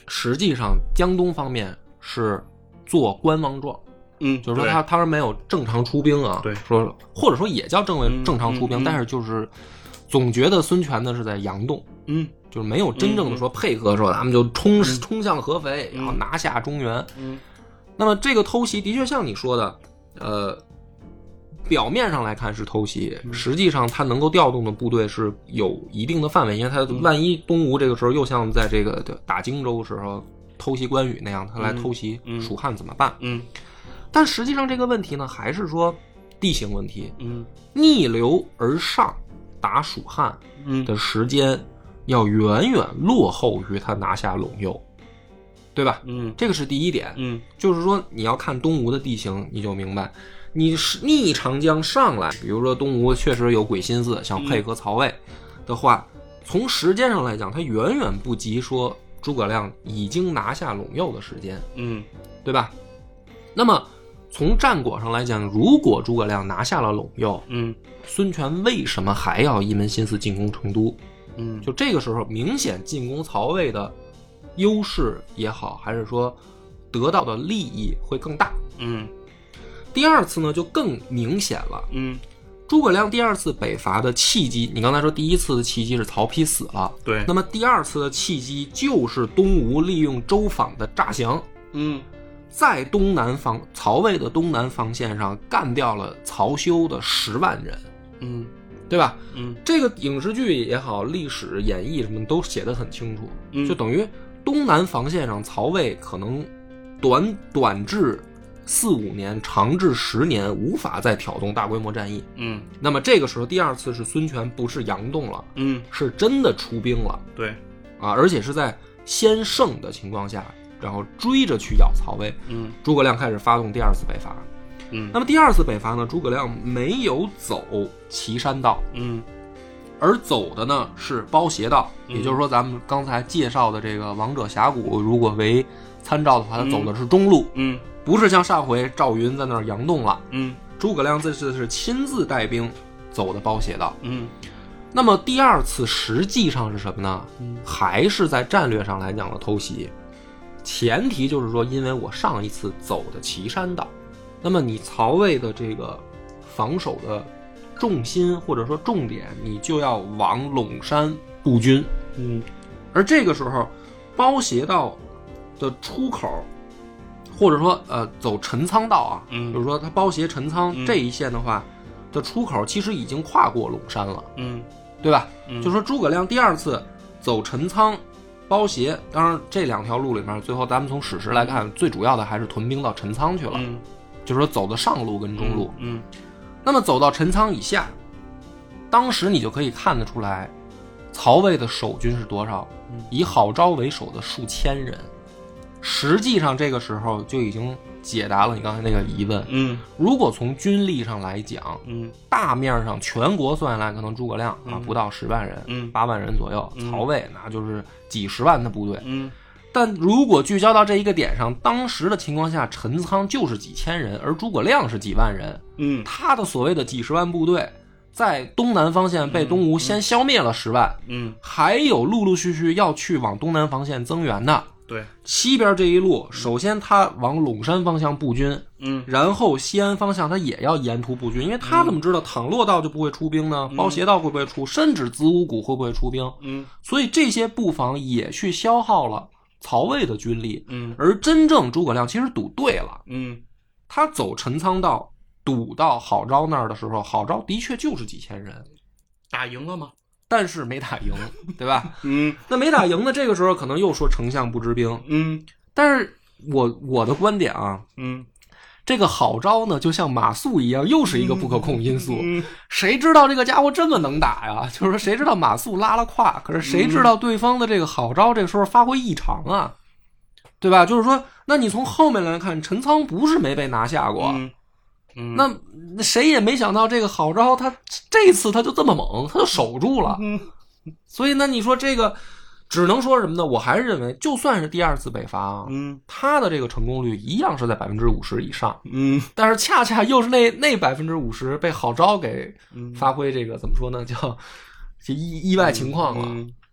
实际上江东方面是做观望状， 嗯， 就是说他当然没有正常出兵啊， 对， 说或者说也叫正为正常出兵， 嗯嗯嗯、 但是就是总觉得孙权呢是在佯动， 嗯， 就是没有真正的说配合说咱们就冲、嗯、冲向合肥， 嗯、 然后拿下中原。 嗯， 那么这个偷袭的确像你说的，呃，表面上来看是偷袭， 嗯、 实际上他能够调动的部队是有一定的范围，因为他万一东吴这个时候又像在这个打荆州时候偷袭关羽那样，他来偷袭蜀汉怎么办？ 嗯，嗯但实际上这个问题呢，还是说地形问题。 嗯， 逆流而上打蜀汉的时间要远远落后于他拿下陇右，对吧？ 嗯， 这个是第一点。 嗯， 就是说你要看东吴的地形，你就明白，你是逆长江上来，比如说东吴确实有鬼心思想配合曹魏的话，嗯、从时间上来讲，它远远不及说诸葛亮已经拿下陇右的时间。 嗯， 对吧？那么从战果上来讲，如果诸葛亮拿下了陇右， 嗯， 孙权为什么还要一门心思进攻成都？ 嗯， 就这个时候明显进攻曹魏的优势也好，还是说得到的利益会更大。 嗯， 第二次呢就更明显了。 嗯， 诸葛亮第二次北伐的契机，你刚才说第一次的契机是曹丕死了， 对， 那么第二次的契机就是东吴利用周访的诈降。 嗯。 在东南方曹魏的东南防线上干掉了曹休的十万人， 嗯， 对吧？ 嗯， 这个影视剧也好，历史演绎什么都写得很清楚， 嗯， 就等于东南防线上曹魏可能短短至四五年，长至十年无法再挑动大规模战役。 嗯， 那么这个时候第二次是孙权不是佯动了， 嗯， 是真的出兵了， 对， 啊，而且是在先胜的情况下。然后追着去咬曹魏， 嗯， 诸葛亮开始发动第二次北伐， 嗯， 那么第二次北伐呢，诸葛亮没有走岐山道， 嗯， 而走的呢是包斜道， 嗯、 也就是说咱们刚才介绍的这个王者峡谷，如果为参照的话，他走的是中路， 嗯， 不是像上回赵云在那儿佯动了， 嗯， 诸葛亮这次是亲自带兵走的包斜道， 嗯， 那么第二次实际上是什么呢？ 嗯， 还是在战略上来讲的偷袭。前提就是说，因为我上一次走的岐山道，那么你曹魏的这个防守的重心或者说重点，你就要往陇山布军。 嗯， 而这个时候，包斜道的出口，或者说呃走陈仓道啊， 嗯， 就是说它包斜陈仓、 嗯、 这一线的话的出口，其实已经跨过陇山了， 嗯， 对吧？ 嗯， 就说诸葛亮第二次走陈仓。包斜，当然这两条路里面，最后咱们从史实来看，嗯、最主要的还是屯兵到陈仓去了， 嗯， 就是说走的上路跟中路， 嗯，嗯那么走到陈仓以下，当时你就可以看得出来，曹魏的守军是多少？ 嗯、 以郝昭为首的数千人，实际上这个时候就已经解答了你刚才那个疑问。 嗯， 如果从军力上来讲， 嗯， 大面上全国算下来，可能诸葛亮啊、 嗯、 不到十万人， 嗯， 八万人左右， 嗯、 曹魏那就是几十万的部队， 嗯。 但如果聚焦到这一个点上，当时的情况下，陈仓就是几千人，而诸葛亮是几万人， 嗯， 他的所谓的几十万部队，在东南方线被东吴先消灭了十万， 嗯， 还有陆陆续续要去往东南防线增援的。 对， 西边这一路，首先他往陇山方向布军， 嗯， 然后西安方向他也要沿途布军，因为他怎么知道淌洛道就不会出兵呢？ 嗯、 包斜道会不会出？甚至子午谷会不会出兵？ 嗯， 所以这些布防也去消耗了曹魏的军力， 嗯， 而真正诸葛亮其实赌对了， 嗯， 他走陈仓道堵到郝昭那儿的时候，郝昭的确就是几千人， 打赢了吗？ 但是没打赢，对吧？ 嗯， 那没打赢呢，这个时候可能又说丞相不知兵， 嗯， 但是我我的观点啊， 嗯， 这个郝昭呢，就像马谡一样，又是一个不可控因素。 嗯嗯、 谁知道这个家伙这么能打呀？就是说，谁知道马谡拉了胯，可是谁知道对方的这个郝昭这个时候发挥异常啊，对吧？就是说，那你从后面来看，陈仓不是没被拿下过。 嗯嗯、 那谁也没想到这个郝昭他这次他就这么猛，他就守住了。 嗯、 所以呢，你说这个只能说什么呢？我还是认为，就算是第二次北伐啊， 嗯， 他的这个成功率一样是在百分之五十以上。 嗯， 但是恰恰又是那那百分之五十被郝昭给嗯发挥这个、嗯、怎么说呢？叫意意外情况了。 嗯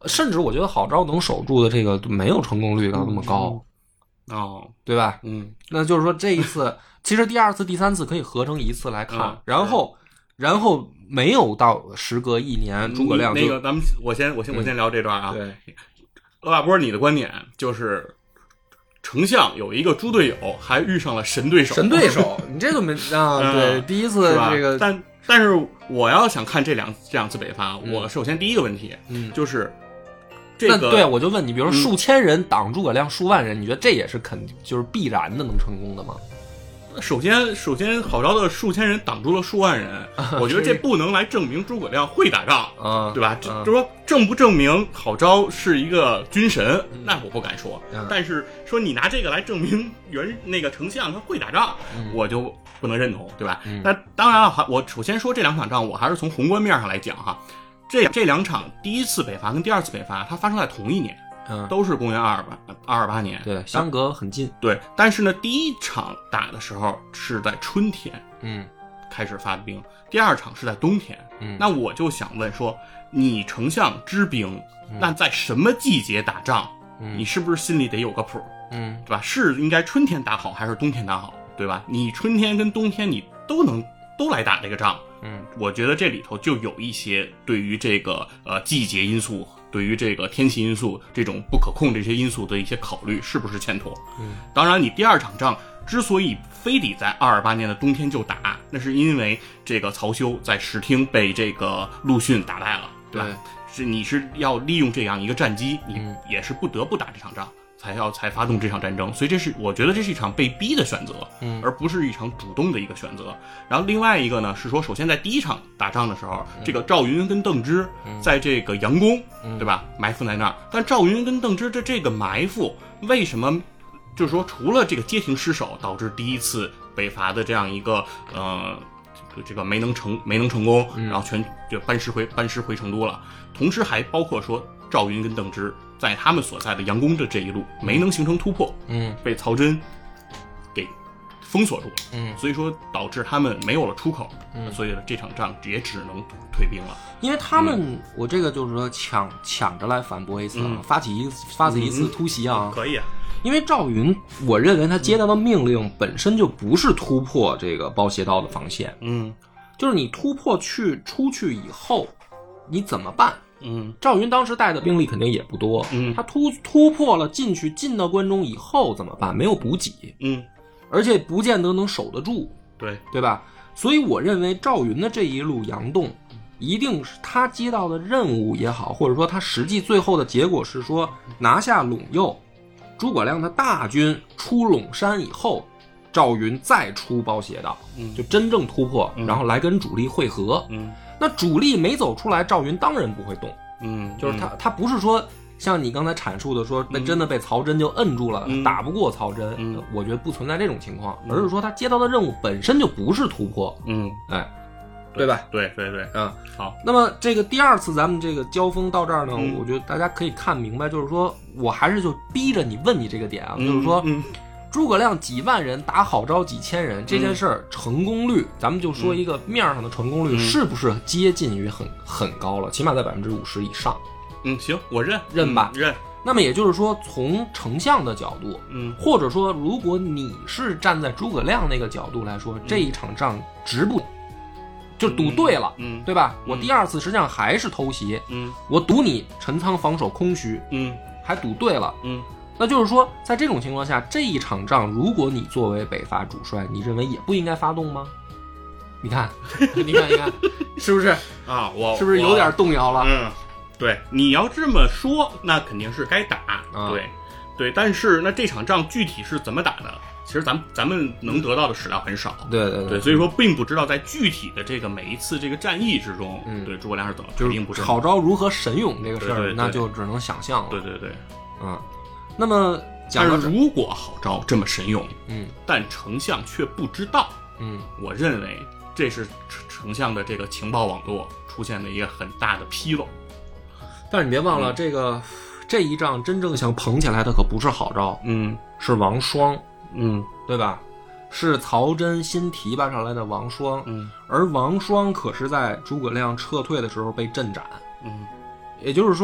甚至我觉得郝昭能守住的这个没有成功率到那么高， 嗯、哦， 对吧？ 嗯， 那就是说这一次，其实第二次、第三次可以合成一次来看， 嗯、 然后，然后没有到时隔一年，诸葛亮就那个咱们我先我先我先聊这段啊。 对， 罗大波，你的观点就是丞相有一个猪队友，还遇上了神对手。 神对手，你这个没啊？ 嗯、 对，第一次这个， 但但是我要想看这两这两次北伐， 嗯、 我首先第一个问题， 嗯， 就是这个， 对，我就问你，比如说数千人挡诸葛亮数万人，你觉得这也是肯就是必然的能成功的吗？ 首先，首先，郝昭的数千人挡住了数万人，我觉得这不能来证明诸葛亮会打仗， 啊， 对吧？ 啊、 就说证不证明郝昭是一个军神， 嗯、 那我不敢说。 嗯、 但是说你拿这个来证明袁那个丞相他会打仗， 嗯、 我就不能认同，对吧？ 嗯、 那当然了，我首先说这两场仗，我还是从宏观面上来讲哈。这这两场第一次北伐跟第二次北伐，它发生在同一年。 嗯， 都是公元二二八二二八年， 对，相隔很近。 对，但是呢，第一场打的时候是在春天， 嗯， 开始发兵；第二场是在冬天。 嗯， 那我就想问说，你丞相之兵， 嗯、 那在什么季节打仗？ 嗯， 你是不是心里得有个谱？ 嗯， 对吧？是应该春天打好还是冬天打好？对吧？你春天跟冬天你都能都来打这个仗。 嗯， 我觉得这里头就有一些对于这个呃季节因素。对于这个天气因素这种不可控这些因素的一些考虑是不是欠妥？ 嗯， 当然你第二场仗之所以非得在二二八年的冬天就打，那是因为这个曹休在石汀被这个陆逊打败了，对吧？对，是你是要利用这样一个战机，你也是不得不打这场仗。嗯，才要才发动这场战争，所以这是我觉得这是一场被逼的选择， 嗯， 而不是一场主动的一个选择。然后另外一个呢是说，首先在第一场打仗的时候，嗯、这个赵云跟邓芝在这个杨宫，嗯、对吧，埋伏在那儿。但赵云跟邓芝的这个埋伏，为什么就是说除了这个街亭失守导致第一次北伐的这样一个呃这个没能成没能成功， 嗯、 然后全就班师回班师回成都了，同时还包括说赵云跟邓芝。在他们所在的杨宫的这一路没能形成突破， 嗯， 被曹真给封锁住了， 嗯， 所以说导致他们没有了出口， 嗯， 所以这场仗也只能退兵了。 因为他们，嗯、我这个就是说抢抢着来反驳一次，啊，嗯、发起一发起一次突袭啊， 嗯，可以啊。 因为赵云，我认为他接到的命令本身就不是突破这个包斜道的防线， 嗯， 就是你突破去出去以后，你怎么办？ 嗯， 赵云当时带的兵力肯定也不多， 嗯， 他突突破了进去，进到关中以后怎么办？没有补给， 嗯， 而且不见得能守得住， 对对吧？所以我认为赵云的这一路佯动，一定是他接到的任务也好，或者说他实际最后的结果是说拿下陇右，诸葛亮的大军出陇山以后，赵云再出包斜道， 嗯， 就真正突破， 嗯、 然后来跟主力会合， 嗯。 那主力没走出来，赵云当然不会动， 嗯， 就是他，他不是说像你刚才阐述的说，那真的被曹真就摁住了， 嗯、 打不过曹真， 嗯， 我觉得不存在这种情况，而是说他接到的任务本身就不是突破， 嗯， 哎，对吧？ 对对对， 嗯， 好。 那么这个第二次咱们这个交锋到这儿呢， 嗯、 我觉得大家可以看明白，就是说我还是就逼着你问你这个点啊， 嗯、 就是说。 嗯诸葛亮几万人打郝昭几千人，这件事儿成功率，咱们就说一个面上的成功率， 嗯、 是不是接近于很很高了？起码在百分之五十以上。 嗯，行，我认认吧， 嗯、认。 那么也就是说，从丞相的角度， 嗯， 或者说如果你是站在诸葛亮那个角度来说，嗯、这一场仗值不？就赌对了， 嗯， 对吧？ 嗯、 我第二次实际上还是偷袭， 嗯， 我赌你陈仓防守空虚， 嗯， 还赌对了， 嗯。 那就是说，在这种情况下，这一场仗，如果你作为北伐主帅，你认为也不应该发动吗？你看，你看，你看，是不是啊？我是不是有点动摇了？ 嗯，对，你要这么说，那肯定是该打， 啊、 对，对。但是那这场仗具体是怎么打的？其实咱咱们能得到的史料很少， 对对 对, 对，所以说并不知道在具体的这个每一次这个战役之中， 嗯， 对诸葛亮是怎么就是并不知道郝昭如何神勇这个事儿， 对对对那就只能想象了。 对对对， 嗯。那么讲但是如果郝昭这么神勇， 嗯， 但丞相却不知道， 嗯， 我认为这是丞相的这个情报网络出现了一个很大的纰漏。 但是你别忘了，嗯、这个这一仗真正想捧起来的可不是郝昭， 嗯， 是王双， 嗯， 对吧？是曹真新提拔上来的王双， 嗯， 而王双可是在诸葛亮撤退的时候被阵斩， 嗯。 也就是说，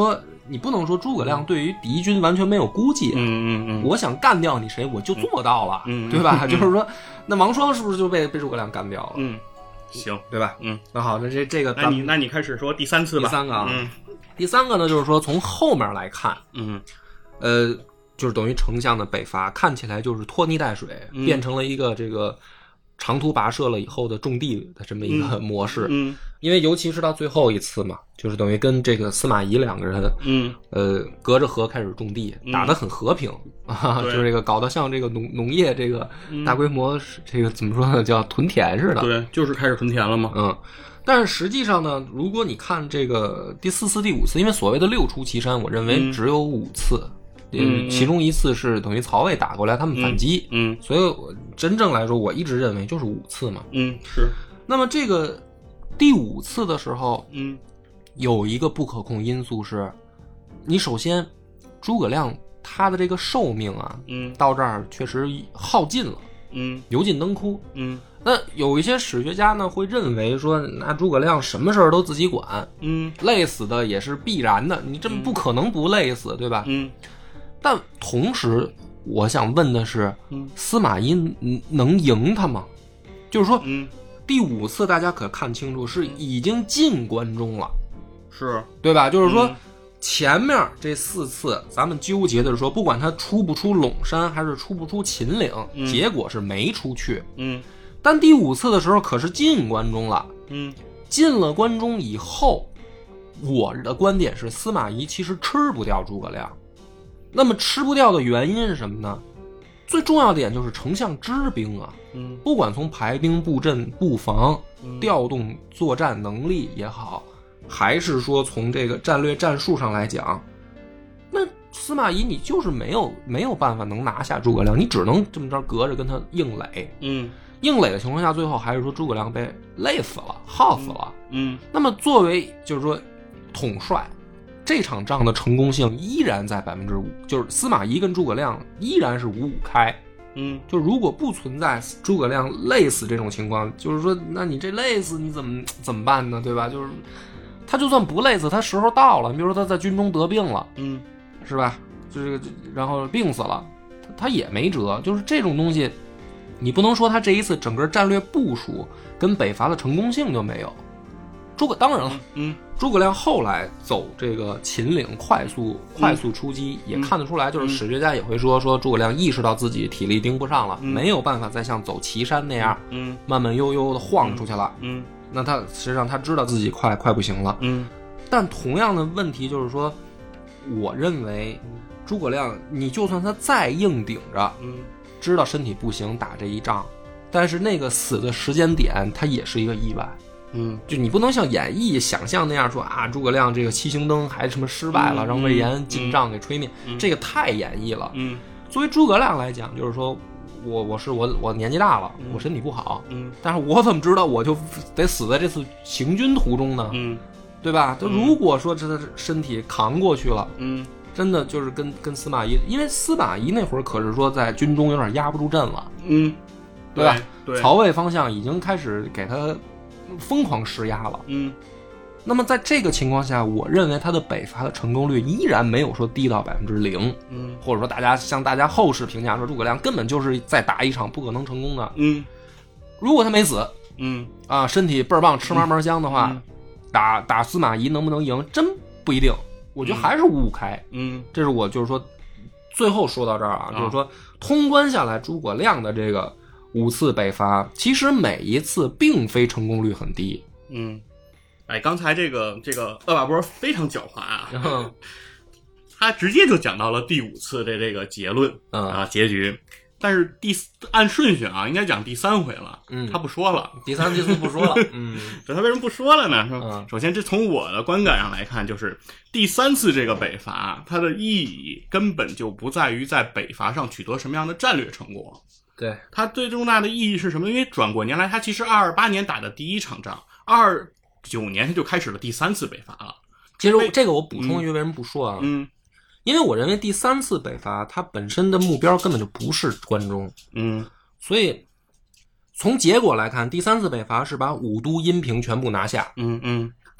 你不能说诸葛亮对于敌军完全没有估计， 嗯嗯嗯， 我想干掉你谁我就做到了， 嗯， 对吧？ 嗯、 就是说，那王双是不是就被被诸葛亮干掉了？ 嗯，行， 对吧？ 嗯， 那好，那这这个那你那你开始说第三次吧。 第三个啊， 嗯， 第三个呢，就是说从后面来看， 嗯， 呃，就是等于丞相的北伐看起来就是拖泥带水， 嗯、 变成了一个这个长途跋涉了以后的种地的这么一个模式。 嗯， 因为尤其是到最后一次嘛，就是等于跟这个司马懿两个人， 嗯， 呃，隔着河开始种地，打得很和平、嗯、啊，就是这个搞得像这个农农业这个大规模、嗯、这个怎么说呢，叫屯田似的。 对，就是开始屯田了嘛。 嗯。但是实际上呢，如果你看这个第四次、第五次，因为所谓的六出祁山，我认为只有五次， 嗯， 其中一次是等于曹魏打过来，他们反击， 嗯，嗯所以我真正来说，我一直认为就是五次嘛， 嗯，是。 那么这个第五次的时候， 嗯， 有一个不可控因素是，你首先诸葛亮他的这个寿命啊， 嗯， 到这儿确实耗尽了， 嗯， 油尽灯枯， 嗯。 那有一些史学家呢会认为说，那诸葛亮什么事儿都自己管， 嗯， 累死的也是必然的，你这不可能不累死，对吧？ 嗯。 但同时，我想问的是， 嗯， 司马懿能赢他吗？就是说， 嗯， 第五次大家可看清楚，是已经进关中了， 是对吧？就是说。 嗯前面这四次咱们纠结的是说，不管他出不出陇山还是出不出秦岭、 嗯、 结果是没出去， 嗯， 但第五次的时候可是进关中了， 嗯， 进了关中以后，我的观点是司马懿其实吃不掉诸葛亮。那么吃不掉的原因是什么呢？最重要的点就是丞相知兵啊， 嗯， 不管从排兵布阵布防、 嗯、 调动作战能力也好，还是说从这个战略战术上来讲，那司马懿你就是没有没有办法能拿下诸葛亮，你只能这么着隔着跟他硬垒。 嗯， 硬垒的情况下，最后还是说诸葛亮被累死了，耗死了。 嗯， 那么作为就是说统帅，这场仗的成功性依然在百分之五，就是司马懿跟诸葛亮依然是五五开。 嗯， 就如果不存在诸葛亮累死这种情况，就是说，那你这累死你怎么怎么办呢？对吧？就是他就算不累死，他时候到了，你比如说他在军中得病了， 嗯， 是吧？就是然后病死了，他也没辙。就是这种东西，你不能说他这一次整个战略部署跟北伐的成功性就没有。诸葛当然了， 嗯， 诸葛亮后来走这个秦岭快速快速出击， 嗯、 也看得出来，就是史学家也会说说诸葛亮意识到自己体力盯不上了， 嗯、 没有办法再像走岐山那样， 嗯， 慢慢悠悠的晃出去了， 嗯， 那他实际上他知道自己快快不行了， 嗯， 但同样的问题就是说，我认为诸葛亮，你就算他再硬顶着， 嗯， 知道身体不行打这一仗，但是那个死的时间点，他也是一个意外。 嗯， 就你不能像演绎想象那样说啊，诸葛亮这个七星灯还什么失败了， 嗯、 让魏延进帐给吹灭， 嗯、 这个太演绎了。 嗯， 作为诸葛亮来讲，就是说我我是我我年纪大了， 嗯、 我身体不好， 嗯， 但是我怎么知道我就得死在这次行军途中呢？ 嗯， 对吧？就如果说这身体扛过去了， 嗯， 真的就是跟跟司马懿，因为司马懿那会儿可是说在军中有点压不住阵了， 嗯， 对吧？ 对， 曹魏方向已经开始给他疯狂施压了， 嗯， 那么在这个情况下，我认为他的北伐的成功率依然没有说低到百分之零， 嗯， 或者说大家像大家后世评价说诸葛亮根本就是在打一场不可能成功的， 嗯， 如果他没死， 嗯啊，身体倍儿棒，吃嘛嘛香的话， 嗯、 打打司马懿能不能赢，真不一定，我觉得还是五五开， 嗯， 这是我就是说最后说到这儿啊，就是说通关下来诸葛亮的这个五次北伐，其实每一次并非成功率很低。 嗯，哎，刚才这个这个恶霸波非常狡猾啊， 嗯、 他直接就讲到了第五次的这个结论、 嗯、 啊结局，但是第按顺序啊，应该讲第三回了， 嗯， 他不说了， 第三、第四不说了，嗯， 他为什么不说了呢？ 嗯、 首先，这从我的观感上来看，就是第三次这个北伐，它的意义根本就不在于在北伐上取得什么样的战略成果。 对， 它最重大的意义是什么？因为转过年来，它其实二二八年打的第一场仗，二九年它就开始了第三次北伐了。 其实这个我补充一句，为什么不说啊？ 嗯， 因为我认为第三次北伐它本身的目标根本就不是关中， 嗯， 所以从结果来看，第三次北伐是把武都、阴平全部拿下， 嗯嗯，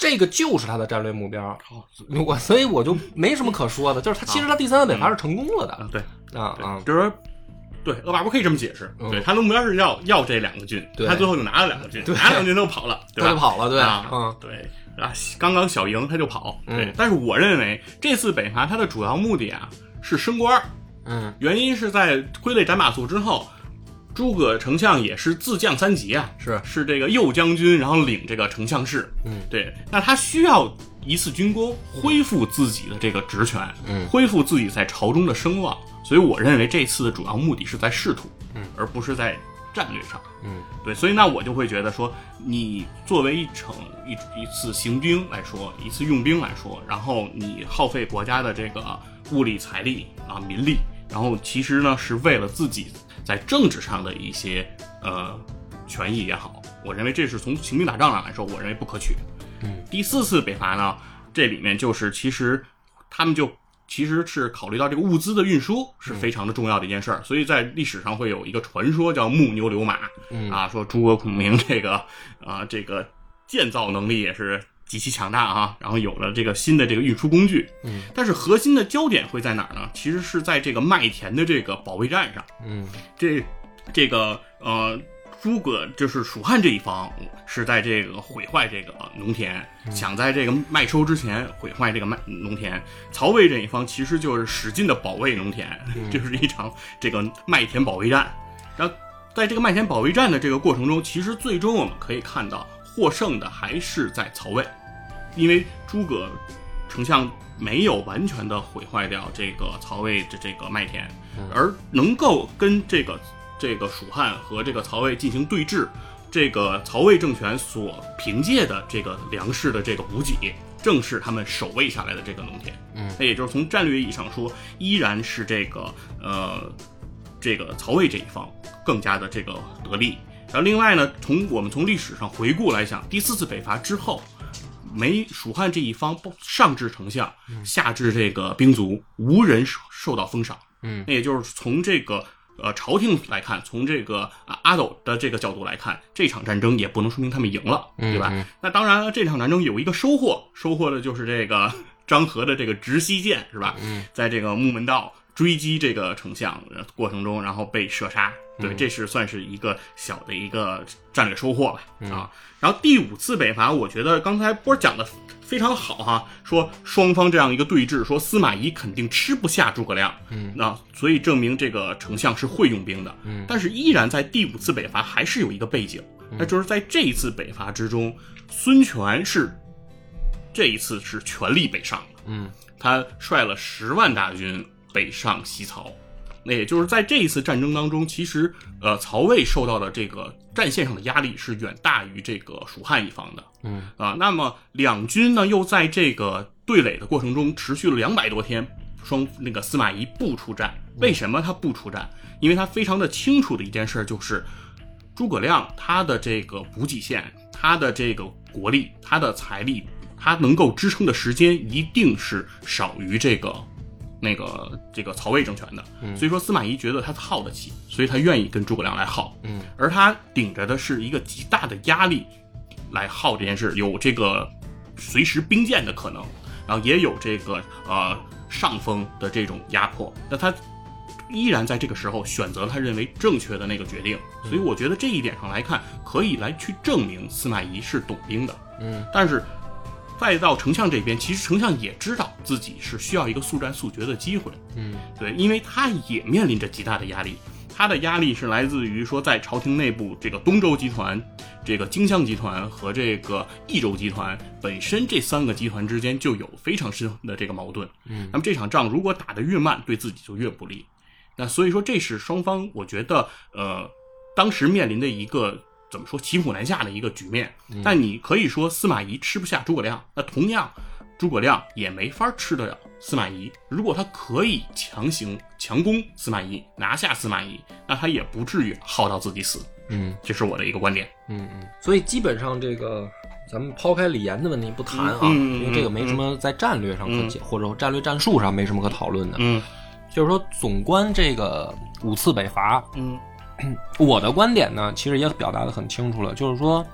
这个就是他的战略目标。我所以我就没什么可说的，就是他其实他第三次北伐是成功了的。 嗯、对啊啊， 就是说。对，恶霸波可以这么解释。对，他的目标是要要这两个军，他最后就拿了两个军，拿两个军都跑了，对吧？ 他就跑了，对， 啊， 嗯， 对啊，刚刚小赢他就跑，对。 嗯、 但是我认为这次北伐它的主要目的啊是升官， 嗯， 原因是在挥泪斩马谡之后，诸葛丞相也是自降三级啊， 是是这个右将军，然后领这个丞相事， 嗯， 对，那他需要一次军功，恢复自己的这个职权， 嗯， 恢复自己在朝中的声望。所以我认为这次的主要目的是在仕途， 嗯， 而不是在战略上， 嗯， 对，所以那我就会觉得说，你作为一场一一次行兵来说，一次用兵来说，然后你耗费国家的这个物力、财力啊、民力，然后其实呢是为了自己在政治上的一些呃权益也好，我认为这是从行兵打仗上来说，我认为不可取。 嗯， 第四次北伐呢，这里面就是其实他们就。其实是考虑到这个物资的运输是非常的重要的一件事儿、嗯，所以在历史上会有一个传说叫木牛流马， 嗯啊，说诸葛孔明这个啊这个建造能力也是极其强大啊，然后有了这个新的这个运输工具， 嗯， 但是核心的焦点会在哪儿呢？其实是在这个麦田的这个保卫战上， 嗯， 这这个呃。诸葛就是蜀汉这一方是在这个毁坏这个农田、嗯、想在这个麦收之前毁坏这个麦农田，曹魏这一方其实就是使劲的保卫农田、嗯、就是一场这个麦田保卫战。然后在这个麦田保卫战的这个过程中，其实最终我们可以看到获胜的还是在曹魏，因为诸葛丞相没有完全的毁坏掉这个曹魏的这个麦田、嗯、而能够跟这个这个蜀汉和这个曹魏进行对峙，这个曹魏政权所凭借的这个粮食的这个补给，正是他们守卫下来的这个农田。 嗯， 那也就是从战略意义上说，依然是这个呃这个曹魏这一方更加的这个得利。然后另外呢，从我们从历史上回顾来讲，第四次北伐之后，没蜀汉这一方上至丞相，下至这个兵卒，无人受到封赏。 嗯， 那也就是从这个。呃，朝廷来看，从这个啊阿斗的这个角度来看，这场战争也不能说明他们赢了，对吧？ 嗯嗯、 那当然了，这场战争有一个收获，收获的就是这个张合的这个直西箭，是吧？ 嗯， 在这个木门道追击这个丞相的过程中，然后被射杀，对， 嗯、 这是算是一个小的一个战略收获吧、 嗯、 啊。然后第五次北伐，我觉得刚才波讲的非常好哈，说双方这样一个对峙，说司马懿肯定吃不下诸葛亮， 嗯， 那所以证明这个丞相是会用兵的， 嗯， 但是依然在第五次北伐还是有一个背景， 嗯、 那就是在这一次北伐之中，孙权是这一次是全力北上的， 嗯， 他率了十万大军北上西曹。那也就是在这一次战争当中，其实呃曹魏受到的这个战线上的压力是远大于这个蜀汉一方的， 嗯啊，那么两军呢又在这个对垒的过程中持续了两百多天，双那个司马懿不出战。为什么他不出战？因为他非常的清楚的一件事就是，诸葛亮他的这个补给线，他的这个国力，他的财力，他能够支撑的时间一定是少于这个。那个这个曹魏政权的，所以说司马懿觉得他耗得起，所以他愿意跟诸葛亮来耗， 嗯， 而他顶着的是一个极大的压力来耗这件事，有这个随时兵谏的可能，然后也有这个呃上风的这种压迫，那他依然在这个时候选择他认为正确的那个决定，所以我觉得这一点上来看，可以来去证明司马懿是懂兵的， 嗯， 但是。再到丞相这边，其实丞相也知道自己是需要一个速战速决的机会， 嗯， 对，因为他也面临着极大的压力，他的压力是来自于说在朝廷内部，这个东周集团、这个荆襄集团和这个益州集团本身这三个集团之间就有非常深的这个矛盾， 嗯， 那么这场仗如果打得越慢，对自己就越不利，那所以说这是双方我觉得呃当时面临的一个。怎么说骑虎难下的一个局面，但你可以说司马懿吃不下诸葛亮，那同样诸葛亮也没法吃得了司马懿。如果他可以强行强攻司马懿，拿下司马懿，那他也不至于耗到自己死。 嗯， 这是我的一个观点。 嗯嗯，所以基本上这个咱们抛开李严的问题不谈啊， 嗯、 因为这个没什么在战略上可解、嗯，或者说战略战术上没什么可讨论的。 嗯， 就是说总观这个五次北伐， 嗯。 我的观点呢，其实也表达得很清楚了，就是说，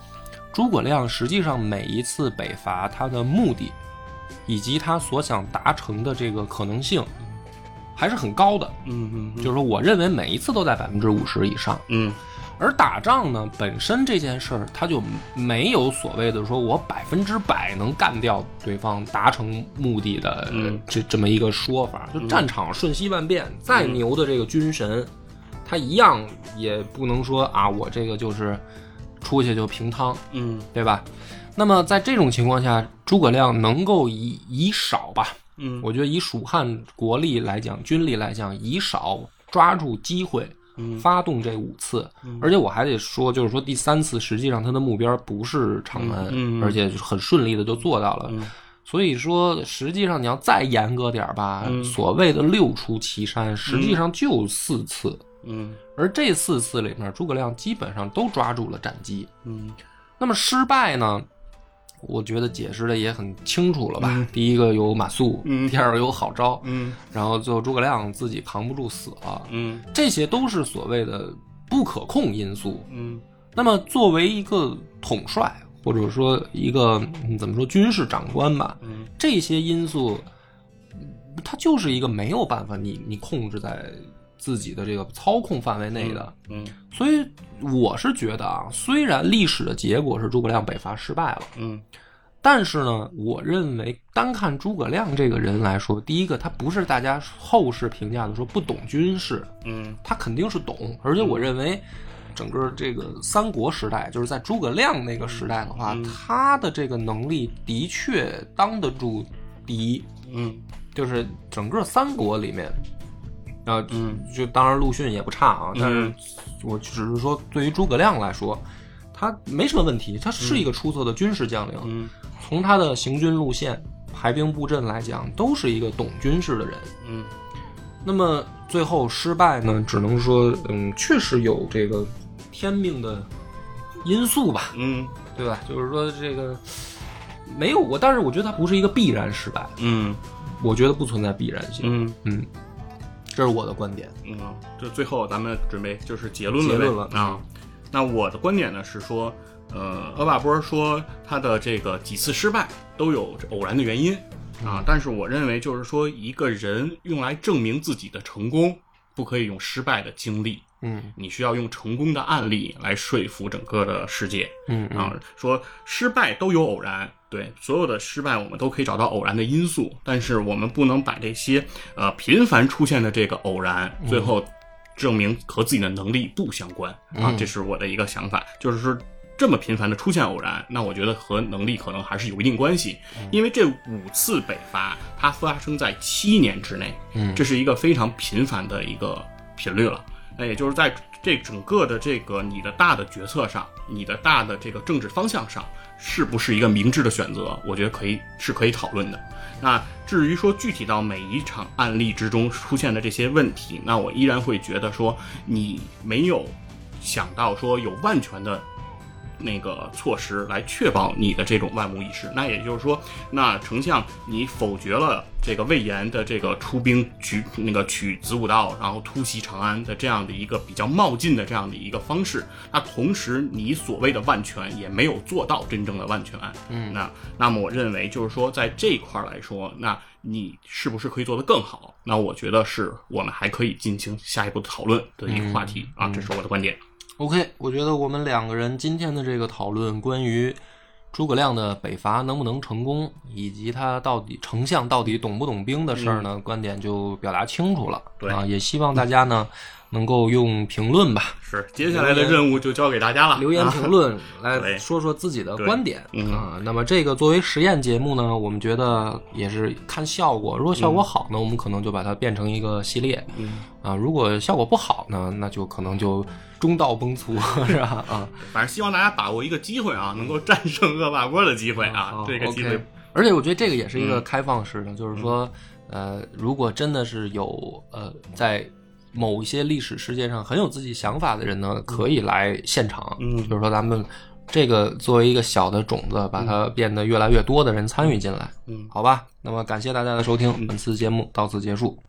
诸葛亮实际上每一次北伐他的目的以及他所想达成的这个可能性还是很高的。 嗯嗯， 就是说我认为每一次都在百分之五十以上。 嗯， 而打仗呢本身这件事儿，它就没有所谓的说我百分之百能干掉对方达成目的的这这么一个说法。就战场瞬息万变，再牛的这个军神，他一样也不能说啊我这个就是出去就平汤， 嗯， 对吧？那么在这种情况下，诸葛亮能够以以少吧， 嗯， 我觉得以蜀汉国力来讲，军力来讲，以少抓住机会，发动这五次， 嗯、 而且我还得说，就是说第三次实际上他的目标不是长安， 嗯嗯、 而且很顺利的就做到了。 嗯、 所以说，实际上你要再严格点吧， 嗯、 所谓的六出祁山，实际上就四次。 嗯， 而这四次里面，诸葛亮基本上都抓住了战机。 嗯， 那么失败呢？我觉得解释的也很清楚了吧。 嗯、 第一个有马谡， 嗯、 第二个有郝昭， 嗯， 然后最后诸葛亮自己扛不住死了， 嗯， 这些都是所谓的不可控因素。 嗯， 那么作为一个统帅，或者说一个、嗯、怎么说军事长官吧， 嗯， 这些因素，它就是一个没有办法你你控制在自己的这个操控范围内的。 嗯，嗯所以我是觉得啊，虽然历史的结果是诸葛亮北伐失败了， 嗯， 但是呢，我认为单看诸葛亮这个人来说，第一个他不是大家后世评价的说不懂军事， 嗯， 他肯定是懂，而且我认为整个这个三国时代，就是在诸葛亮那个时代的话， 嗯、 他的这个能力的确当得住第一。 嗯， 就是整个三国里面。啊， 嗯， 就当然陆逊也不差啊，但是嗯我只是说，对于诸葛亮来说，他没什么问题，他是一个出色的军事将领。 嗯， 从他的行军路线、排兵布阵来讲，都是一个懂军事的人。 嗯， 那么最后失败呢，只能说，嗯，确实有这个天命的因素吧， 嗯， 对吧？就是说这个没有我，但是我觉得它不是一个必然失败。 嗯， 我觉得不存在必然性。 嗯嗯。这是我的观点。 嗯，这最后咱们准备就是结论了呗。 结论了啊。那我的观点呢是说，呃，阿坝波说他的这个几次失败都有偶然的原因啊， 嗯、 但是我认为就是说，一个人用来证明自己的成功，不可以用失败的经历。 嗯， 你需要用成功的案例来说服整个的世界。 嗯啊，说失败都有偶然，对，所有的失败我们都可以找到偶然的因素，但是我们不能把这些呃频繁出现的这个偶然，最后证明和自己的能力不相关、嗯、啊，这是我的一个想法，就是说这么频繁的出现偶然，那我觉得和能力可能还是有一定关系，因为这五次北伐它发生在七年之内， 嗯， 这是一个非常频繁的一个频率了。那也就是在这整个的这个你的大的决策上，你的大的这个政治方向上，是不是一个明智的选择，我觉得可以是可以讨论的。那至于说具体到每一场案例之中出现的这些问题，那我依然会觉得说你没有想到说有万全的那个措施来确保你的这种万无一失。那也就是说，那丞相你否决了这个魏延的这个出兵取那个取子午道，然后突袭长安的这样的一个比较冒进的这样的一个方式，那同时你所谓的万全也没有做到真正的万全。 嗯， 那那么我认为就是说，在这一块来说，那你是不是可以做得更好？那我觉得是我们还可以进行下一步的讨论的一个话题、嗯、啊，这是我的观点。 OK， 我觉得我们两个人今天的这个讨论，关于诸葛亮的北伐能不能成功，以及他到底丞相到底懂不懂兵的事儿呢、嗯，观点就表达清楚了。 对啊，也希望大家呢能够用评论吧， 是接下来的任务就交给大家了， 留言评论来说说自己的观点、 嗯、 啊。那么这个作为实验节目呢，我们觉得也是看效果，如果效果好呢，嗯、我们可能就把它变成一个系列。 嗯啊，如果效果不好呢，那就可能就中道崩殂，是吧？啊， 反正希望大家把握一个机会啊，能够战胜恶霸波的机会啊， 哦、 这个机会。 Okay. 而且我觉得这个也是一个开放式的，嗯、就是说，呃，如果真的是有呃在某一些历史事件上很有自己想法的人呢，可以来现场， 嗯， 就是说咱们这个作为一个小的种子，把它变得越来越多的人参与进来， 嗯， 好吧？那么感谢大家的收听，本次节目到此结束。